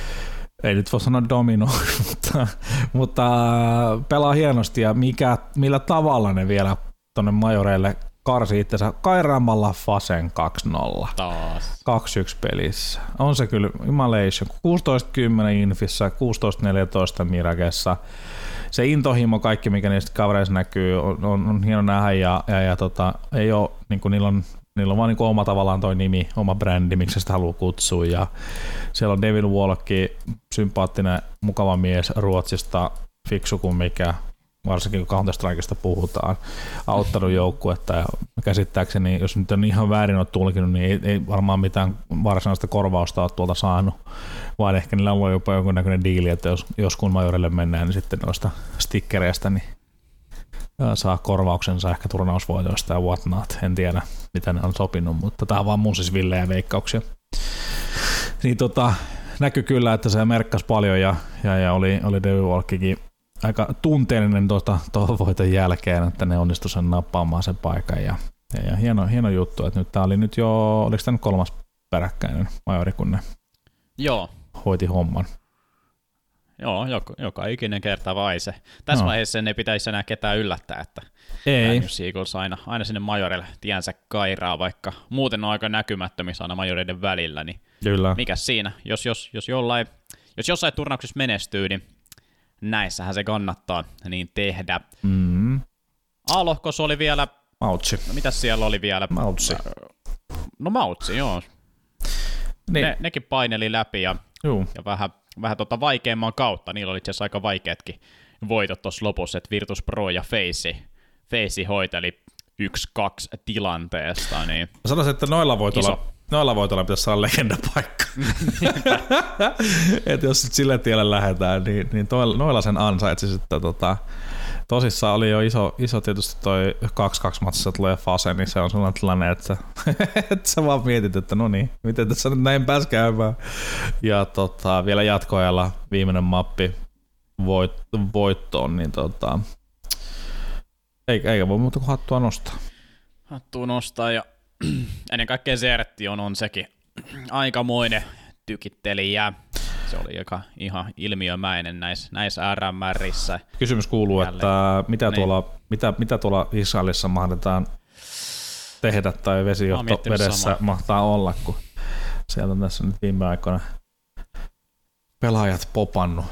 ei nyt voi sanoa domino, mutta, mutta pelaa hienosti ja mikä, millä tavalla ne vielä tuonne majoreille karsi itsensä kairaamalla Fasen kaksi nolla. Taas. kaksi yksi pelissä. On se kyllä Immolation. kuusitoista kymmenen Infissä, kuusitoista neljätoista Mirakessa. Se intohimo, kaikki mikä niistä kavereissa näkyy, on, on, on hieno nähdä ja, ja, ja tota, ei ole, niin kuin niillä on Niillä on vaan niin oma tavallaan toi nimi, oma brändi, miksi sitä haluaa kutsua. Ja siellä on Devil Walk, sympaattinen, mukava mies Ruotsista, fiksu kuin mikä, varsinkin kun Counter-Strikeista puhutaan, auttanut joukkuetta. Ja käsittääkseni, jos nyt on ihan väärin ole tulkinut, niin ei, ei varmaan mitään varsinaista korvausta ole tuolta saanut, vaan ehkä niillä on jopa jonkunnäköinen diili, että jos, jos kun majorille mennään, niin sitten noista stickereistä, niin saa korvauksensa ehkä turnausvoitoista ja whatnot. En tiedä, mitä ne on sopinut, mutta tämä on vaan mun siis villejä veikkauksia. Niin tota, näkyy kyllä, että se merkkasi paljon ja, ja, ja oli, oli Devil Walkikin aika tunteellinen tuon voiton jälkeen, että ne onnistu sen nappaamaan sen paikan. Ja, ja, ja hieno, hieno juttu, että nyt tämä oli nyt jo, oliko tämä nyt kolmas peräkkäinen majori, kun ne Joo. hoiti homman. Joo, joka, joka ikinen kerta vai se. Tässä no. vaiheessa ei pitäisi enää ketään yllättää, että ei. Eagles aina, aina sinne majorille tiensä kairaa, vaikka muuten on aika näkymättömissä aina majoreiden välillä, niin Kyllä. mikäs siinä, jos, jos, jos, jollain, jos jossain turnauksessa menestyy, niin näissähän se kannattaa niin tehdä. Mm. A-lohkossa oli vielä, Mautsi. no mitäs siellä oli vielä? Mautsi. No Mautsi, joo. Niin. Ne, nekin paineli läpi ja, ja vähän vähän tota vaikeamman kautta. Niillä oli itse asiassa aika vaikeatkin voitot tuossa lopussa, että Virtus Pro ja Face, Face hoiteli yksi kaksi tilanteesta. Niin sanoisin, että noilla voitoilla, noilla voitoilla pitäisi saada legendapaikka. Että jos sille tielle lähdetään, niin, niin toilla, noilla sen ansaitsi sitten. Tota, tosissaan oli jo iso, iso tietysti toi kaksi kaksi matsissa tulee Fase, niin se on sellainen tilanne, että, että sä vaan mietit, että no niin, miten tässä nyt näin pääsi käymään. Ja tota, vielä jatkoajalla viimeinen mappi voit, voittoon, niin tota, eikä, eikä voi muuta kuin hattua nostaa. Hattua nostaa ja ennen kaikkea Zertion on sekin aikamoinen tykittelijä. Se oli joka ihan ilmiömäinen näissä, näissä R M R:issä. Kysymys kuuluu, jälleen, että mitä, niin. tuolla, mitä, mitä tuolla Israelissa mahdetaan tehdä tai vesijohtovedessä sama. mahtaa olla, kun sieltä on tässä nyt viime aikoina pelaajat popannut.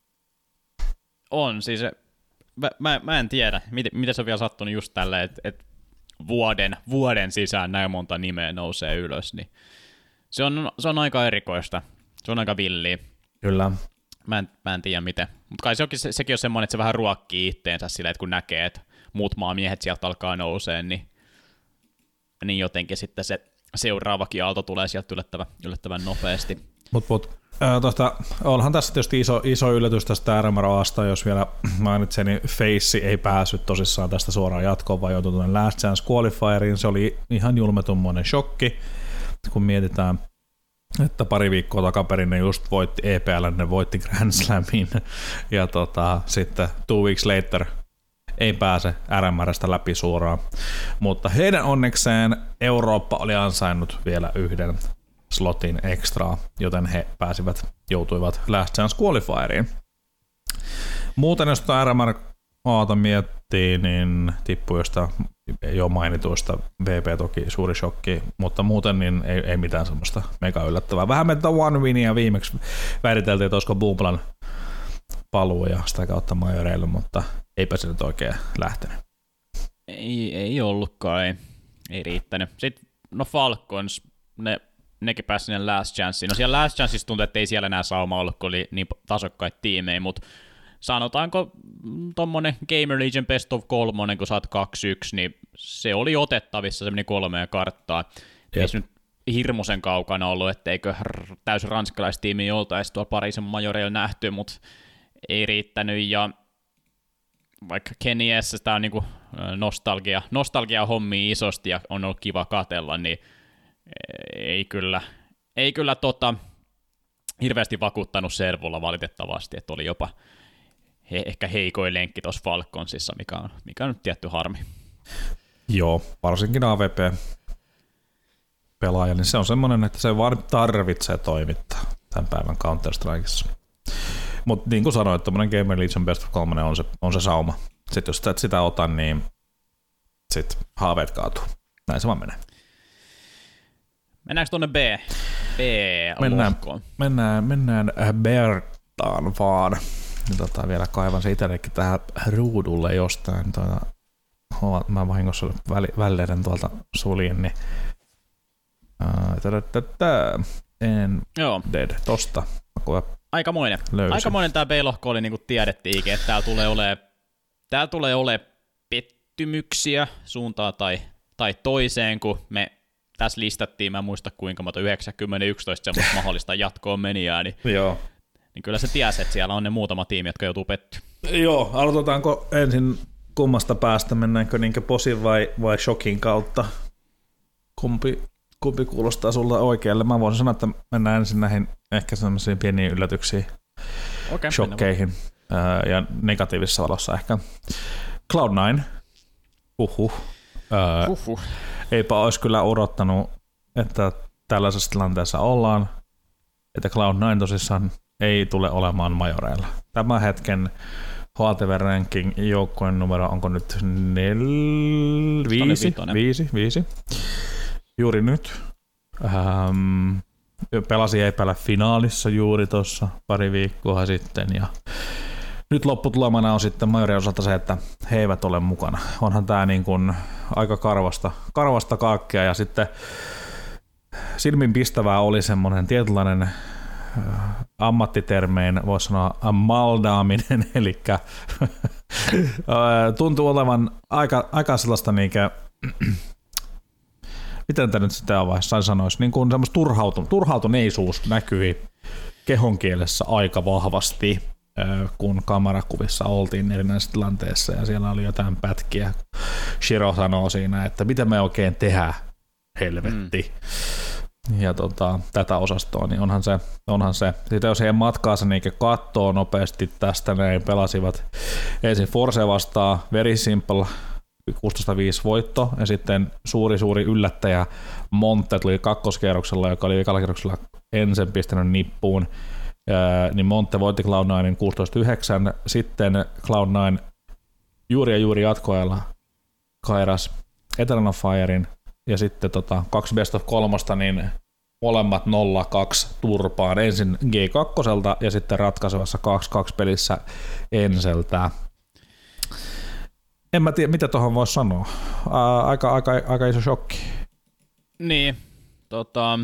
On, siis mä, mä, mä en tiedä, miten, miten se on vielä sattunut just tälleen, että et vuoden, vuoden sisään näin monta nimeä nousee ylös, niin se on, se on aika erikoista. Se on aika villiä. Kyllä. Mä en, mä en tiedä miten. Mutta kai se onkin, se, sekin on semmoinen, että se vähän ruokkii itteensä silleen, että kun näkee, että muut maamiehet sieltä alkaa nousee, niin, niin jotenkin sitten se seuraavakin aalto tulee sieltä yllättävän, yllättävän nopeasti. Mut, mut, äh, tosta, onhan tässä tietysti iso, iso yllätys tästä R M R-asta, jos vielä mainitsen, niin Face ei päässyt tosissaan tästä suoraan jatkoon, vaan joutui tuonne Last Chance Qualifieriin. Se oli ihan julmetummoinen shokki, kun mietitään, että pari viikkoa takaperin ne just voitti E P L, ne voitti Grand Slamin ja tota, sitten two weeks later ei pääse R M R:stä läpi suoraan. Mutta heidän onnekseen Eurooppa oli ansainnut vielä yhden slotin ekstraa, joten he pääsivät, joutuivat Last Chance Qualifieriin. Muuten jos R M R Aata miettii, niin tippui josta jo mainituista V P toki suuri shokki, mutta muuten niin ei, ei mitään semmoista mega yllättävää. Vähän me tätä One Winia viimeksi vääriteltiin, että olisiko Bumblan paluu ja sitä kautta majoreille, mutta eipä se nyt oikein lähtenyt. Ei, ei ollutkaan, ei, ei riittänyt. Sitten no Falcons, ne, nekin pääsi sinne Last Chanceen. No siellä Last Chanceissa tuntuu, että ei siellä enää sauma ollut, kun oli niin tasokkaita tiimejä, mutta sanotaanko tommonen Gamer Legion Best of kolmonen, kun saat kaksi yksi, niin se oli otettavissa semmoinen kolmea karttaa. Ei se nyt hirmuisen kaukana ollut, etteikö täysin ranskalaistiimi oltaisi tuolla Pariisin majoreilla nähty, mutta ei riittänyt. Ja vaikka Kenny S, tämä on niinku nostalgia, nostalgia hommia isosti ja on ollut kiva katsella, niin ei kyllä, ei kyllä tota, hirveästi vakuuttanut servulla valitettavasti, että oli jopa he, ehkä heikoin lenkki tuossa Falconsissa, mikä on, mikä on nyt tietty harmi. Joo, varsinkin A V P-pelaaja, niin se on semmoinen, että se vaan tarvitsee toimittaa tämän päivän Counter-Strikeissa. Mutta niin kuin sanoin, tämmöinen Gamer Legion Best of kolme on se, on se sauma. Sitten jos sitä, sitä otan, niin sitten haaveet kaatuu. Näin se vaan menee. Mennäänkö tuonne B? Mennään, B-lohkoon? mennään, mennään Bertaan vaan. Tota, vielä kaivan se itsellekin tähän ruudulle jostain. Tuota, mä vahingossa väli, väleiden tuolta suljin, niin uh, en Joo. dead tosta. Aikamoinen. Löysin. Aikamoinen tämä B-lohko oli, niin kuin tiedettiinkin, että täällä tulee olemaan, täällä tulee olemaan pettymyksiä suuntaan tai, tai toiseen, kun me tässä listattiin, mä en muista kuinka monta yhdeksänkymmentä yksitoista semmoista mahdollista jatkoon menijää, niin, Joo. niin kyllä se tiesi, että siellä on ne muutama tiimi, jotka joutuu pettyä. Joo, aloitetaanko ensin kummasta päästä, mennäänkö niinkö posin vai, vai shokin kautta? Kumpi, kumpi kuulostaa sulla oikealle? Mä voisin sanoa, että mennään ensin näihin ehkä sellaisiin pieniin yllätyksiin, Okay, shokkeihin ää, ja negatiivisessa valossa ehkä. Cloud nine, uhuh. Ää, Huhhuh. Eipä olisi kyllä odottanut, että tällaisessa tilanteessa ollaan, että Cloud nine tosissaan ei tule olemaan majoreilla. Tämän hetken H L T V-ranking joukkueen numero onko nyt nel... viisi, viisi, viisi. Juuri nyt. Ähm, pelasi Eipälä finaalissa juuri tuossa pari viikkoa sitten ja nyt lopputulemana on sitten majorin osalta se, että he eivät ole mukana. Onhan tämä niin kuin aika karvasta, karvasta kaikkea ja sitten silminpistävää oli semmoinen tietynlainen ammattitermein voisi sanoa maldaaminen, eli tuntuu olevan aika, aika sellaista niinkä, miten tämä nyt sitä vaiheessa sanoisi, niin kuin semmoista turhautu, turhautuneisuus näkyi kehonkielessä aika vahvasti, kun kamerakuvissa oltiin erinäisessä tilanteessa ja siellä oli jotain pätkiä. Shiro sanoo siinä, että mitä me oikein tehdään, helvetti. Mm. Ja tota, tätä osastoa, niin onhan se, onhan se. Sitten jos heidän matkaansa niin katsoo nopeasti tästä, ne pelasivat ensin Force vastaan, very simple, kuusitoista viisi voitto, ja sitten suuri suuri yllättäjä Monte tuli kakkoskierroksella, joka oli ekalla kierroksella ensin pistänyt nippuun, Ää, niin Monte voitti Cloud ninein kuusitoista yhdeksän, sitten Cloud nine juuri ja juuri jatkoajalla kairas Eternal Firein, ja sitten tota, kaksi best of kolmosta, niin molemmat nolla kaksi turpaan, ensin G kaksi ja sitten ratkaisevassa kaksi kaksi pelissä Enseltä. En mä tiedä, mitä tuohon voisi sanoa. Ää, aika, aika, aika iso shokki. Niin, tota,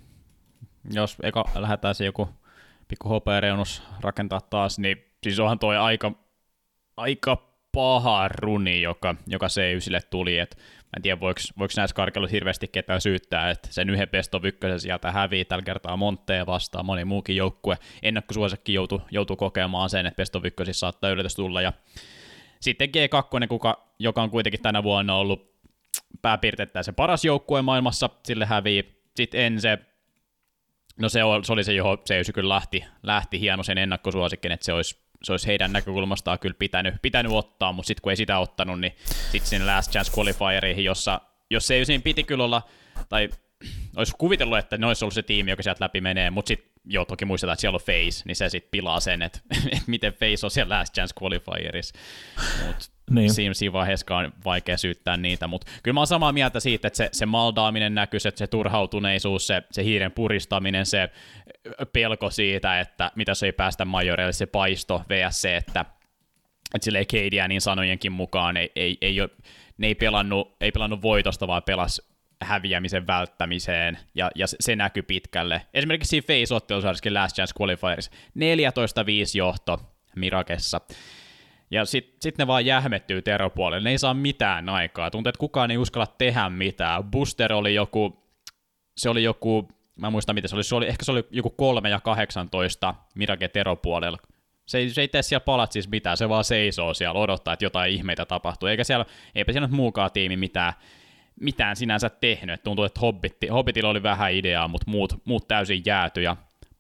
jos eka lähdetään se joku pikku hopeareunus rakentaa taas, niin siis onhan toi aika, aika paha runi, joka, joka C yhdelle tuli, et mä en tiedä, voiko, voiko näissä karkeluissa hirveästi ketään syyttää, että sen yhden best of ykkösen sieltä hävii tällä kertaa Montteen vastaan, moni muukin joukkue, ennakkosuosikki joutui, joutui kokemaan sen, että best of ykkösissä saattaa yllätys tulla, ja sitten G kaksi, kuka, joka on kuitenkin tänä vuonna ollut pääpiirteittäin se paras joukkue maailmassa, sille hävii, sitten Ense, no se, on, se oli se, johon se kyllä lähti, lähti hieno sen ennakkosuosikin, että se olisi, se olisi heidän näkökulmastaan kyllä pitänyt, pitänyt ottaa, mutta sitten kun ei sitä ottanut, niin sitten sinne Last Chance Qualifieriin, jossa, jos se ei siinä piti kyllä olla, tai olisi kuvitellut, että ne olisi ollut se tiimi, joka sieltä läpi menee, mutta sitten joo, toki muistetaan, että siellä on FaZe, niin se sitten pilaa sen, että, että miten FaZe on siellä Last Chance Qualifierissa. Mutta niin. siinä, siinä vaiheessa on vaikea syyttää niitä, mutta kyllä mä oon samaa mieltä siitä, että se, se maldaaminen näkyy, että se turhautuneisuus, se, se hiiren puristaminen, se pelko siitä, että mitä se ei päästä majoreille, se paisto vs se, että, että silleen K D niin sanojenkin mukaan ei, ei, ei ole, ne ei pelannut, ei pelannut voitosta, vaan pelas häviämisen välttämiseen, ja, ja se näkyy pitkälle. Esimerkiksi siinä FaZe-ottelusarjassakin Last Chance Qualifierissa neljätoista viisi johto Mirakessa. Ja sitten sit ne vaan jähmettyy teropuolelle, ne ei saa mitään aikaa. Tuntuu, että kukaan ei uskalla tehdä mitään. Booster oli joku, se oli joku, mä en muista mitä se oli, se oli ehkä se oli joku kolme ja kahdeksantoista Mirake teropuolella. Se ei, se ei tee siellä palat siis mitään, se vaan seisoo siellä, odottaa, että jotain ihmeitä tapahtuu. Eikä siellä, eipä siellä muukaan tiimi mitään, mitään sinänsä tehnyt. Tuntuu, että Hobbitti, Hobbitilla oli vähän ideaa, mutta muut, muut täysin jääty. Ja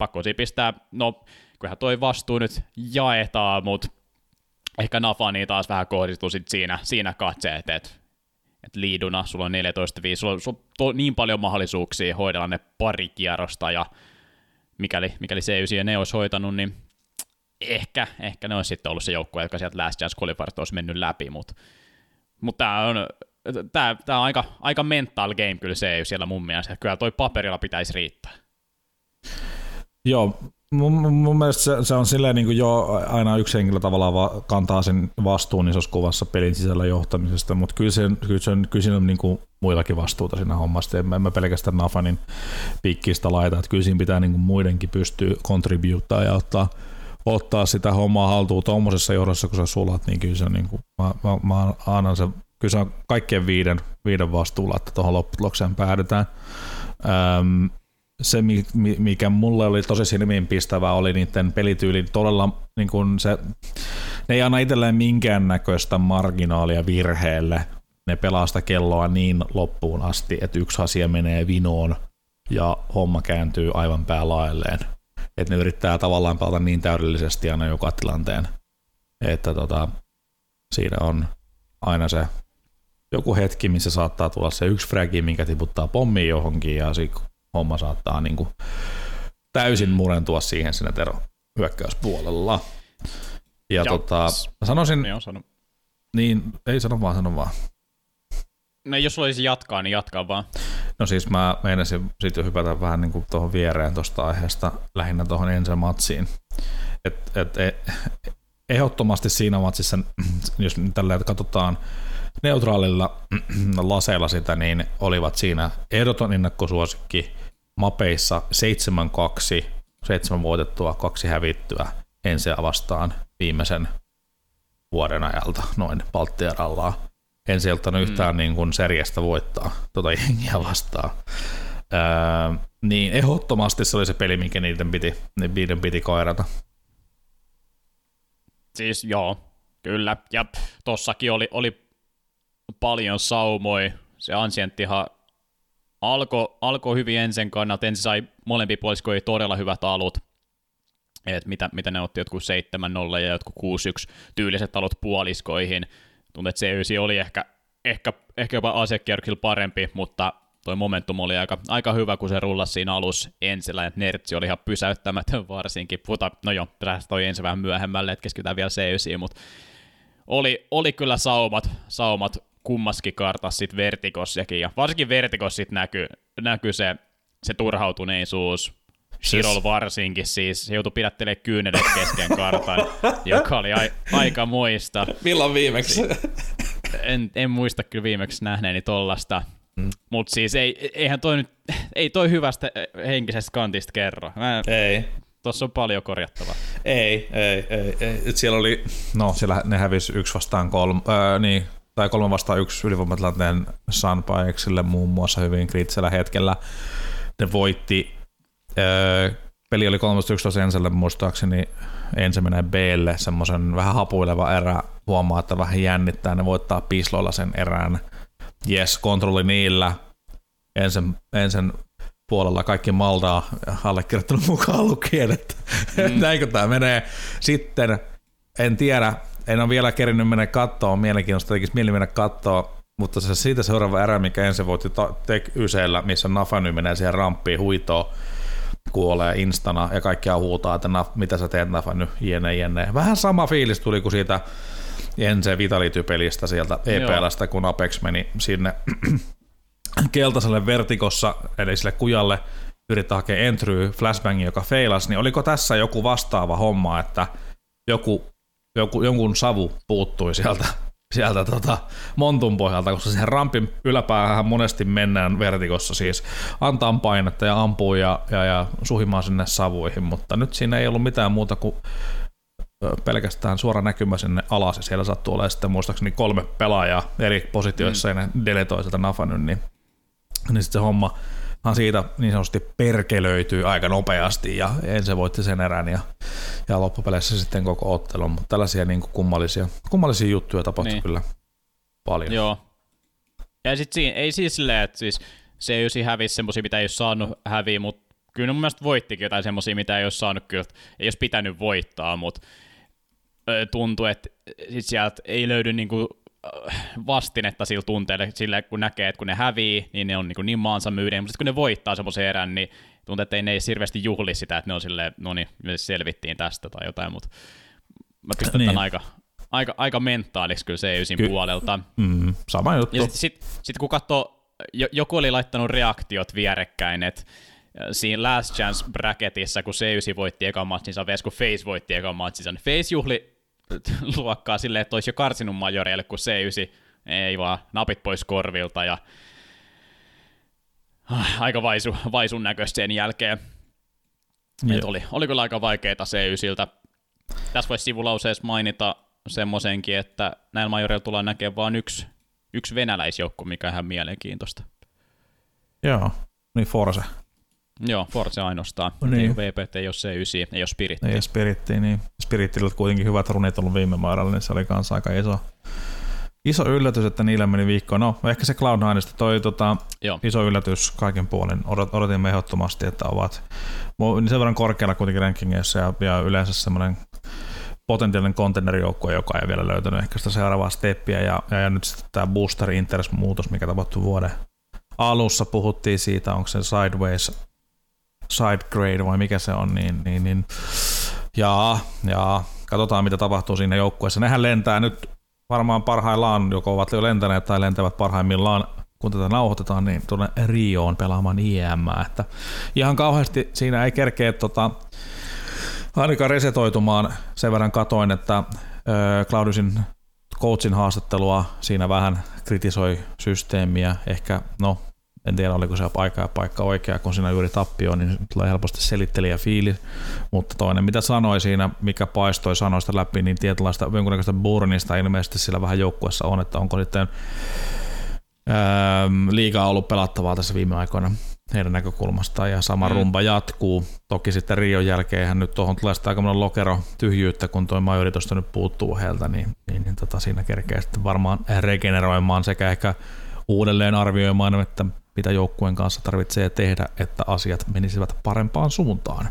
pakko siinä pistää, no kyllähän toi vastuu nyt jaetaan, mutta ehkä Nafani taas vähän kohdistuu sit siinä, siinä katseet, että et liiduna sulla on neljätoista viisi, sulla on, sulla on to, niin paljon mahdollisuuksia hoidella ne pari kierrosta, ja mikäli, mikäli C yhdeksän ne olisi hoitanut, niin ehkä, ehkä ne olisi sitten ollut se joukkue, joka sieltä Last Chance Qualifierista olisi mennyt läpi, mutta mut tämä on, tää, tää on aika, aika mental game kyllä C yhdeksän siellä mun mielestä, kyllä toi paperilla pitäisi riittää. Joo, mun, mun mielestä se, se on silleen niin kuin jo aina yksi henkilö tavallaan va, kantaa sen vastuun isossa kuvassa pelin sisällä johtamisesta, mutta kyllä, se, kyllä, se, kyllä siinä on niin kuin muillakin vastuuta siinä hommasta, en mä pelkästään Nafanin pikkistä laita, että kyllä siinä pitää niin kuin muidenkin pystyä contributaa ja ottaa, ottaa sitä hommaa haltuun tuommoisessa johdossa, kun sä sulat, niin kyllä se on niin kuin, mä, mä, mä annan se, kyllä se on kaikkien viiden, viiden vastuulla, että tuohon lopputulokseen päädytään. Öm, Se, mikä mulle oli tosi silmiinpistävää, oli niiden pelityylin todella, niin kun se, ne ei anna itselleen minkäännäköistä marginaalia virheelle. Ne pelaa sitä kelloa niin loppuun asti, että yksi asia menee vinoon ja homma kääntyy aivan päälaelleen. Että ne yrittää tavallaan pelata niin täydellisesti aina joka tilanteen, että tota, siinä on aina se joku hetki, missä saattaa tulla se yksi fragi, minkä tiputtaa pommiin johonkin ja sitten homma saattaa niin kuin täysin murentua siihen siinä Tero hyökkäyspuolella. Ja, ja tota, sanoisin, joo, sano. Niin, ei sano vaan, sano vaan. No jos olisi jatkaa, niin jatkaa vaan. No siis mä meinasin sitten hypätä vähän niin kuin tuohon viereen tuosta aiheesta, lähinnä tuohon ensin matsiin. Et, et, et, ehdottomasti siinä matsissa, jos tällä katsotaan neutraalilla laseilla sitä, niin olivat siinä ehdoton ennakkosuosikki mapeissa seitsemän kaksi, seitsemän voitettua, kaksi hävittyä ensiä vastaan viimeisen vuoden ajalta noin Baltiarallaa. En sieltä mm. yhtään niin kuin seriestä voittaa tuota jengiä vastaan. Öö, niin ehdottomasti se oli se peli, minkä niiden piti, niiden piti kairata. Siis joo, kyllä. Ja tossakin oli, oli paljon saumoi. Se Ancienttihan alkoi alko hyvin ensin kannalta. Ensin sai molempi puoliskoja todella hyvät alut. Et mitä, mitä ne otti jotkut seitsemän nolla ja jotkut kuusi yksi tyyliset alut puoliskoihin. Tuntuu, että C yhdeksän oli ehkä, ehkä, ehkä jopa asekierroksilla parempi, mutta toi momentum oli aika, aika hyvä, kun se rullasi siinä alussa ensillä, että Nertsi oli ihan pysäyttämätön varsinkin. Puhuta, no joo, päästä toi ensin vähän myöhemmälle, että keskitytään vielä C yhdeksän, mutta oli, oli kyllä saumat, saumat kummaskin kartassa sit Vertikossakin, ja varsinkin Vertikossa sit näkyy näky se, se turhautuneisuus, Shirol varsinkin siis, se joutui pidättelemään kyynelet kesken kartan, joka oli a- aika moista. Milloin viimeksi? En, en muista kyllä viimeksi nähneeni tollasta, mm. mutta siis ei, eihän toi nyt, ei toi hyvästä henkisestä kantista kerro. Mä, ei. Tossa on paljon korjattavaa. Ei, ei, ei. ei. Et siellä oli, no siellä ne hävisi yksi vastaan kolme, öö, niin, tai kolme vastaan yksi ylivoimatilanteen Sunpayexille muun muassa hyvin kriittisellä hetkellä. Ne voitti, öö, peli oli kolmetoista yksitoista Enselle muistaakseni, Ense menee B:lle semmoisen vähän hapuileva erä, huomaa, että vähän jännittää, ne voittaa pisloilla sen erään. Jes, kontrolli niillä, Ensen, ensen puolella kaikki maltaa allekirjoittanut mukaan lukien, että mm. näinkö tämä menee. Sitten en tiedä, en ole vielä kerinyt mennä katsoa, mielenkiintoista tekisi mieli mennä katsoa, mutta se siitä seuraava erä, mikä ensin voitti Tek-Ysellä, missä Nafany menee siihen ramppiin huitoon, kuolee instana ja kaikkia huutaa, että naf, mitä sä teet Nafany, jne, jne. Vähän sama fiilis tuli kuin siitä Ense Vitality-pelistä sieltä E P L:stä, kun Apex meni sinne keltaiselle Vertikossa, eli sille kujalle yrittää hakea entry, flashbangi, joka feilasi, niin oliko tässä joku vastaava homma, että joku, joku, jonkun savu puuttui sieltä, sieltä tota montun pohjalta, koska siihen rampin yläpäähän monesti mennään Vertikossa, siis antaa painetta ja ampuu ja, ja, ja suhimaan sinne savuihin, mutta nyt siinä ei ollut mitään muuta kuin pelkästään suora näkymä sinne alas, ja siellä sattuu olemaan sitten muistaakseni kolme pelaajaa eri positioissa, mm. ja ne deletoi sieltä Nafanyn, niin, niin sitten se homma siitä niin sanotusti perkelöityy aika nopeasti, ja ensin voitti sen erän, ja, ja loppupeleissä sitten koko ottelun, mutta tällaisia niin kuin kummallisia, kummallisia juttuja tapahtui niin kyllä paljon. Joo, ja sitten siinä, ei siis silleen, että siis C yhdeksän hävisi semmosia, mitä ei ole saanut häviä, mutta kyllä ne mun mielestä voittikin jotain semmosia, mitä ei olisi saanut kyllä, ei olisi pitänyt voittaa, mutta tuntuu, että sit sieltä ei löydy niinku vastinetta sillä tunteelle, sillä kun näkee, että kun ne hävii, niin ne on niin, niin maansa myydeen, mutta kun ne voittaa semmoisen erän, niin tuntuu, että ei ne ei hirveästi juhli sitä, että ne on silleen, no niin, me selvittiin tästä tai jotain, mutta mä pistän niin. tämän aika, aika, aika mentaaliksi kyllä C yhdeksän Ky- puolelta. Mm, sama juttu. Ja sitten sit, sit kun katsoo, joku oli laittanut reaktiot vierekkäin, että siinä Last Chance bracketissa, kun C yhdeksän voitti ekan matsinsa, vs. kun FaZe voitti ekan matsinsa, niin FaZe juhli luokkaa silleen, että olisi jo karsinut majoreille, kun C yhdeksän ei vaan napit pois korvilta ja aika vaisu, vaisun näköistä sen jälkeen. Et oli, oli kyllä aika vaikeita C yhdeksältä. Tässä voisi sivulauseessa mainita semmoisenkin, että näillä majoreilla tullaan näkemään vain yksi, yksi venäläisjoukko, mikä on ihan mielenkiintoista. Joo, niin Force. Joo, Force ainoastaan. No niin. Ei V P T, ei ole C yhdeksän, ei ole Spiritti. Ei ole Spiritti, niin Spiritillä kuitenkin hyvät runit ollut viime mairalla, niin se oli kanssa aika iso, iso yllätys, että niillä meni viikko. No, ehkä se Cloud nineista toi tota, iso yllätys kaiken puolin. Odot, odotimme ehdottomasti, että ovat sen verran korkealla kuitenkin rankingeissa ja, ja yleensä semmoinen potentiaalinen contender-joukkue, joka ei vielä löytänyt ehkä sitä seuraavaa steppiä. Ja, ja, ja nyt sitten tämä booster interest-muutos, mikä tapahtui vuoden alussa, puhuttiin siitä, onko se sideways side grade vai mikä se on, niin, niin, niin jaa, jaa, katsotaan mitä tapahtuu siinä joukkueessa. Nehän lentää nyt varmaan parhaillaan, joko ovat jo lentäneet tai lentävät parhaimmillaan, kun tätä nauhoitetaan, niin tuonne Rioon pelaamaan I M, että ihan kauheasti siinä ei kerkeä tota, ainakaan resetoitumaan. Sen verran katoin, että Cloudisin coachin haastattelua siinä vähän kritisoi systeemiä, ehkä no en tiedä, oliko se paikka ja paikka oikea, kun siinä juuri tappio, niin tulee helposti selittelijä fiili. Mutta toinen, mitä sanoi siinä, mikä paistoi sanoista läpi, niin tietynlaista jonkunnäköistä burnista ilmeisesti sillä vähän joukkueessa on, että onko sitten ähm, liigaa ollut pelattavaa tässä viime aikoina heidän näkökulmastaan, ja sama mm. rumba jatkuu. Toki sitten Rion jälkeen nyt tuohon tulee sitten aika monen lokero tyhjyyttä, kun tuo majori tuosta nyt puuttuu heiltä, niin, niin, niin tota, siinä kerkee sitten varmaan regeneroimaan sekä ehkä uudelleen arvioimaan, että mitä joukkueen kanssa tarvitsee tehdä, että asiat menisivät parempaan suuntaan.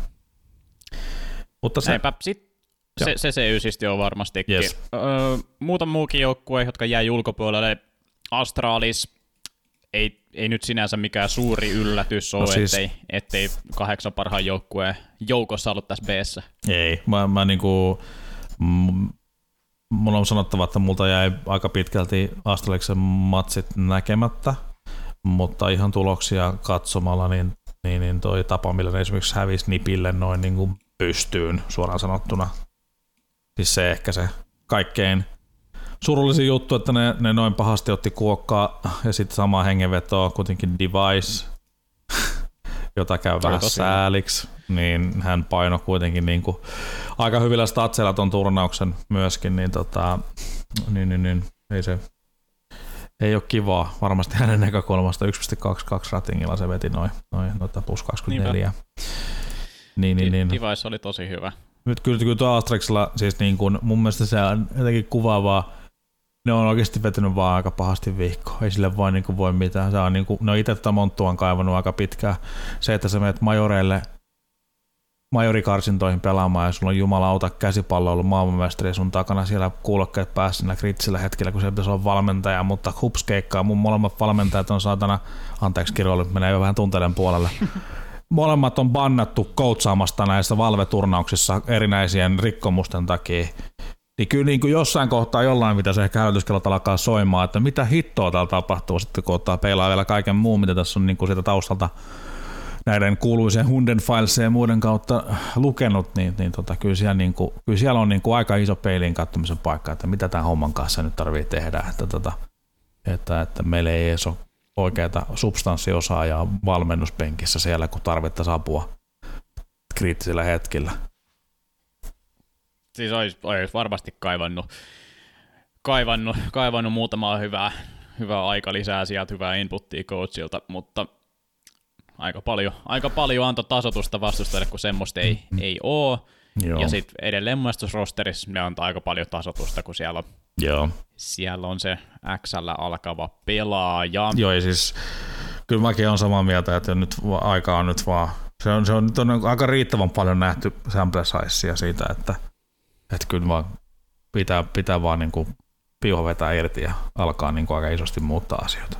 Mutta se, Eipä, sit, se, se, se ysisti on varmastikin. Yes. Öö, muutama muukin joukkue, jotka jäi ulkopuolelle. Astralis ei, ei nyt sinänsä mikään suuri yllätys ole, no siis, ettei, ettei kahdeksan parhaan joukkueen joukossa ollut tässä B:ssä. Ei, mä, mä niinku, m- mulla on sanottava, että multa jäi aika pitkälti Astraliksen matsit näkemättä, mutta ihan tuloksia katsomalla, niin, niin, niin toi tapa, millä ne esimerkiksi hävisi Nipille noin niin kuin pystyyn suoraan sanottuna. Siis se ehkä se kaikkein surullisin juttu, että ne, ne noin pahasti otti kuokkaa ja sitten samaa hengenvetoa kuitenkin Device, jota käy vähän sääliksi, niin hän paino kuitenkin niin kuin aika hyvillä statseilla ton turnauksen myöskin, niin, tota, niin, niin, niin ei se ei ole kivaa. Varmasti hänen näkökulmasta yksi pilkku kaksikymmentäkaksi ratingilla se veti noin noi, noita plus kaksikymmentäneljä. Niin, niin, niin. Device oli tosi hyvä. Nyt kyllä, kyllä tuo Astraxilla siis niin kuin, mun mielestä se on jotenkin kuvaavaa. Ne on oikeasti vetynyt vaan aika pahasti viikkoa. Ei sille vaan niin kuin voi mitään. Se on niin kuin, ne on itse tätä monttuaan kaivannut aika pitkään. Se, että sä menet majoreille majorikarsintoihin pelaamaan ja sulla on jumalauta käsipallo ollut maailmanmestari sun takana siellä kuulokkeet päässä siinä kritsillä hetkellä, kun se pitäisi olla valmentaja, mutta hups keikkaa, mun molemmat valmentajat on saatana, anteeksi kirjoilu, menee jo vähän tunteiden puolelle. Molemmat on bannattu coachaamasta näissä valveturnauksissa erinäisien rikkomusten takia. Niin kyllä niin kuin jossain kohtaa jollain pitäisi ehkä hälytyskellot alkaa soimaan, että mitä hittoa täällä tapahtuu sitten, kun ottaa peilaa vielä kaiken muun, mitä tässä on niin kuin siitä taustalta näiden kuuluisien Hunden Filesien ja muiden kautta lukenut, niin, niin tota, kyllä, siellä niin kuin, kyllä siellä on niin kuin aika iso peiliin katsomisen paikka, että mitä tämän homman kanssa nyt tarvitsee tehdä, että, tota, että, että meillä ei edes ole oikeaa substanssiosaajaa valmennuspenkissä siellä, kun tarvittaisiin apua kriittisillä hetkillä. Siis olisi, olisi varmasti kaivannut, kaivannut, kaivannut muutamaa hyvää, hyvää aika lisää sieltä, hyvää inputtia coachilta, mutta aika paljon, aika paljon antoi tasoitusta vastustajille, kun semmoista ei, mm-hmm. ei ole. Joo. Ja sitten edelleen mun mielestä rosterissa ne antaa aika paljon tasoitusta, kun siellä on, Joo. siellä on se X:llä alkava pelaaja. Joo, ja siis kyllä mäkin olen samaa mieltä, että nyt aika on nyt vaan Se on, se on, nyt on aika riittävän paljon nähty sample sizea siitä, että, että kyllä vaan pitää, pitää vaan niin kuin piuha vetää irti ja alkaa niin kuin aika isosti muuttaa asioita.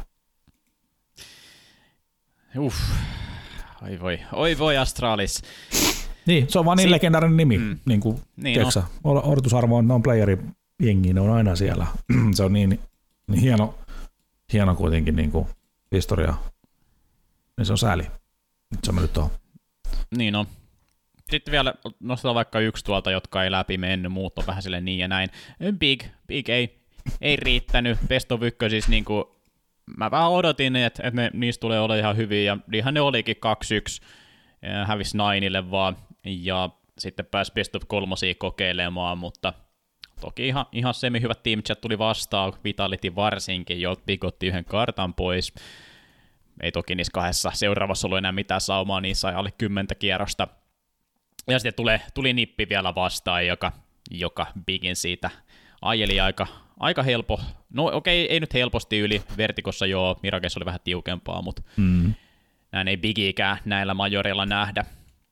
Uff, oi voi, oi voi Astralis. Niin, se on vaan niin si- legendaarinen nimi. Mm. Niin kuin, niin no. Odotusarvo on, on playeri-jengi, ne on aina siellä. Se on niin, niin hieno, hieno kuitenkin niin kuin historia. Niin se on sääli. Nyt se on mennyt tuohon. Niin on. Sitten vielä nostetaan vaikka yksi tuolta, jotka ei läpi mennyt, muut on vähän silleen niin ja näin. Big, Big ei, ei riittänyt. Best of ykkö siis niinku, mä vähän odotin, että, että ne, niistä tulee olla ihan hyviä, ja ihan ne olikin kaksi yksi, hävisi Ninelle vaan, ja sitten pääsi Best of kolmosia kokeilemaan, mutta toki ihan, ihan semi-hyvät Team Chat tuli vastaan, Vitality varsinkin, jo Big otti yhden kartan pois. Ei toki niissä kahdessa seuraavassa ollut enää mitään saumaa, niissä sai alle kymmentä kierrosta. Ja sitten tuli, tuli Nippi vielä vastaan, joka, joka Bigin siitä ajeli aika, aika helppo. No okei, okay, ei nyt helposti yli. Vertikossa joo, Mirageissa oli vähän tiukempaa, mutta mm. näin ei Bigiikään näillä majoreilla nähdä.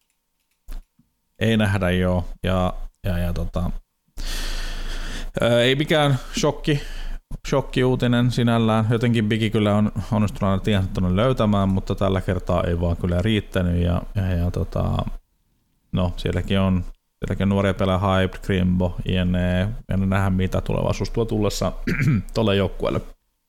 Ei nähdä joo, ja, ja, ja tota, ää, ei mikään shokki. Shokki-uutinen sinällään. Jotenkin Bigi kyllä on onnistunut aina tien löytämään, mutta tällä kertaa ei vaan kyllä riittänyt. Ja, ja, ja tota, no, sielläkin on, sielläkin on nuoria pelaa Hype, Grimbo, jne. Ja nähdään mitä tulevaisuus tuo tullessa tuolle joukkueelle.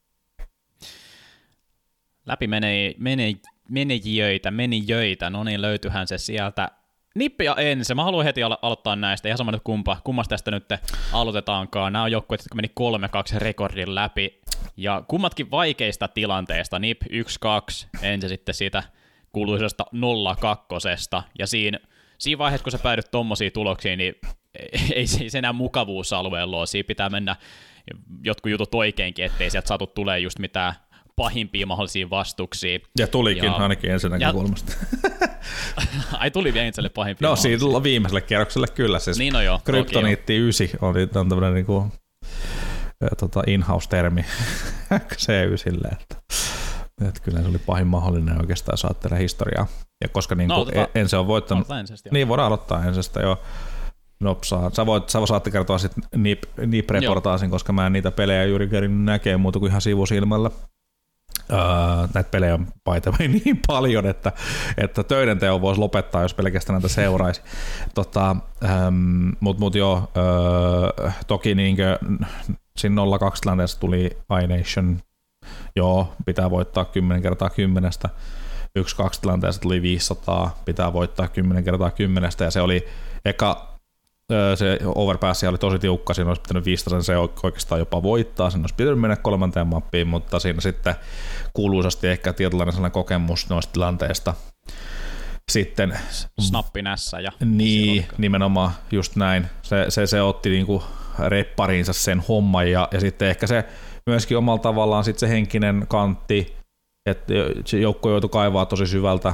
Läpi menee, menee, menijöitä, menijöitä. No niin, löytyyhän se sieltä. Nippi ja Ense. Mä haluan heti alo- aloittaa näistä. Ihan sama nyt kumpa, kummasta tästä nyt aloitetaankaan. Nämä on joukkueet, jotka meni kolme kaksi rekordin läpi. Ja kummatkin vaikeista tilanteista. Nip yksi kaksi, Ense sitten siitä kuuluisesta nolla kaksi. Ja siinä, siinä vaiheessa, kun sä päädyt tommosiin tuloksiin, niin ei se enää mukavuusalueella ole. Siinä pitää mennä jotkut jutut oikeinkin, ettei sieltä saatu tulee just mitään pahimpia mahdollisia vastuksia. Ja tulikin ja, ainakin ensin näkökulmasta. Ai tuli vielä itselle pahimpia. No siinä viimeiselle kierrokselle kyllä. Siis niin on jo. Kryptoniitti yhdeksän oli tämmöinen niinku, tota in-house-termi C yhdeksälle. Että, että kyllä se oli pahin mahdollinen oikeastaan, jos ajattelee historiaa. Ja koska niinku no, tota, Ense on voittanut. Niin voidaan aloittaa Ensestä jo. Nopsaa. Sä voit, sä saatte kertoa sitten Nip, Nip-reportaasin, koska mä en niitä pelejä juuri kerin näkee muuta kuin ihan sivusilmällä. Öö, näitä pelejä on paitavia niin paljon, että, että töiden teo voisi lopettaa, jos pelkästään näitä seuraisi. Tota, ähm, Mutta mut joo, öö, toki niinkö, siinä nolla kaksi tilanteessa tuli iNation, joo, pitää voittaa kymmenen kertaa kymmenestä. yksi kaksi tilanteessa tuli viisisataa, pitää voittaa kymmenen kertaa kymmenestä, ja se oli eka, se overpassia oli tosi tiukka, siinä olisi pitänyt viisitoista se oikeastaan jopa voittaa, siinä olisi pitänyt mennä kolmanteen mappiin, mutta siinä sitten kuuluisasti ehkä tietynlainen sellainen kokemus noista tilanteista. Sitten snappinässä ja niin, nimenomaan just näin. Se, se, se otti niinku reppariinsa sen homman ja, ja sitten ehkä se myöskin omalla tavallaan sit se henkinen kantti, että joukko joutui kaivaa tosi syvältä,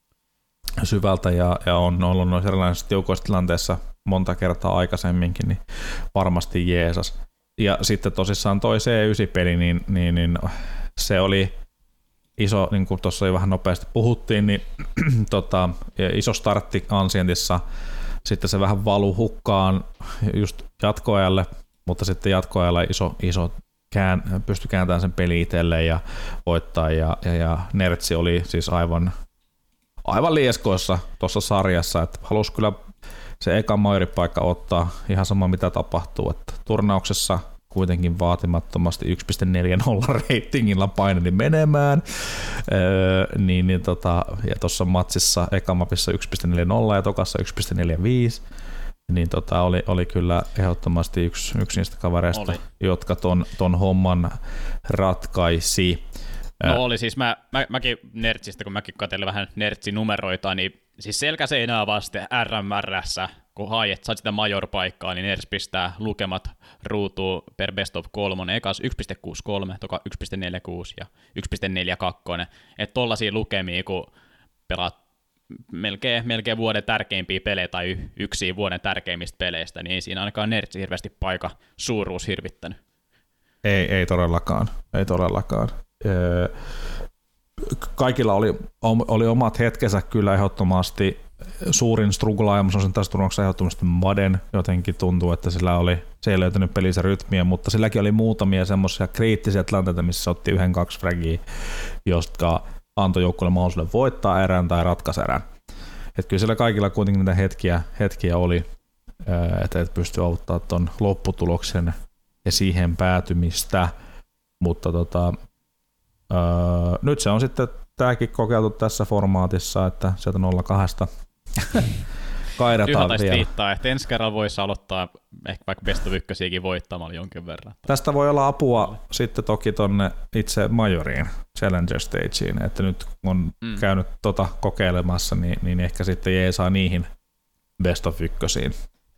syvältä ja, ja on ollut noissa erilaisissa tiukoissa tilanteissa monta kertaa aikaisemminkin, niin varmasti jeesas. Ja sitten tosissaan toi C yhdeksän-peli, niin, niin, niin se oli iso, niin kuin tuossa jo vähän nopeasti puhuttiin, niin tota, iso startti Ancientissa, sitten se vähän valu hukkaan just jatkoajalle, mutta sitten jatkoajalla iso, iso kään, pystyi kääntämään sen peli itselleen ja voittaa, ja, ja, ja Nertsi oli siis aivan, aivan lieskoissa tuossa sarjassa, että halusi kyllä se eka majoripaikka ottaa ihan sama mitä tapahtuu, että turnauksessa kuitenkin vaatimattomasti yksi pilkku neljäkymmentä reitingillä paineli menemään, öö, niin, niin tota, ja tuossa matsissa eka mapissa yksi pilkku neljäkymmentä ja tokassa yksi pilkku neljäkymmentäviisi, niin tota, oli, oli kyllä ehdottomasti yksi, yksi niistä kavereista, oli. jotka ton, ton homman ratkaisi. No oli siis, mä, mä, mäkin Nertsistä, kun mäkin katselen vähän Nertsin numeroita, niin siis selkäseinää vasten R M R:ssä, kun haet, saat sitä major-paikkaa, niin Nerts pistää lukemat ruutuun per best of kolmonen, ekas yksi pilkku kuusikymmentäkolme, toka yksi pilkku neljäkymmentäkuusi ja yksi pilkku neljäkymmentäkaksi, että tollaisia lukemia, kun pelaat melkein, melkein vuoden tärkeimpiä pelejä tai yksi vuoden tärkeimmistä peleistä, niin ei siinä ainakaan Nertsi hirveästi paikka suuruus hirvittänyt. Ei, ei todellakaan, ei todellakaan. Öö, kaikilla oli, oli omat hetkensä kyllä ehdottomasti. Suurin strugglaajamus on sen tässä turnauksessa ehdottomasti Maden. Jotenkin tuntuu, että sillä oli, se ei löytänyt pelissä rytmiä, mutta silläkin oli muutamia semmoisia kriittisiä tilanteita, missä otti yhden, kaksi fragia, jotka antoi joukkueelle mahdollisuuden voittaa erän tai ratkaisi erän. Että kyllä siellä kaikilla kuitenkin niitä hetkiä, hetkiä oli, että et pystyi auttaa tuon lopputuloksen ja siihen päätymistä, mutta tota, öö, nyt se on sitten tämäkin kokeiltu tässä formaatissa, että sieltä nolla kahdesta kaidataan vielä. vielä. Viittaa, että ensi kerralla voisi aloittaa ehkä vaikka best of ykkösiäkin voittamalla jonkin verran. Tästä voi olla apua sitten toki tonne itse majoriin, Challenger Stageen, että nyt kun on mm. käynyt tota kokeilemassa, niin, niin ehkä sitten jeesaa niihin best of ykkösiin.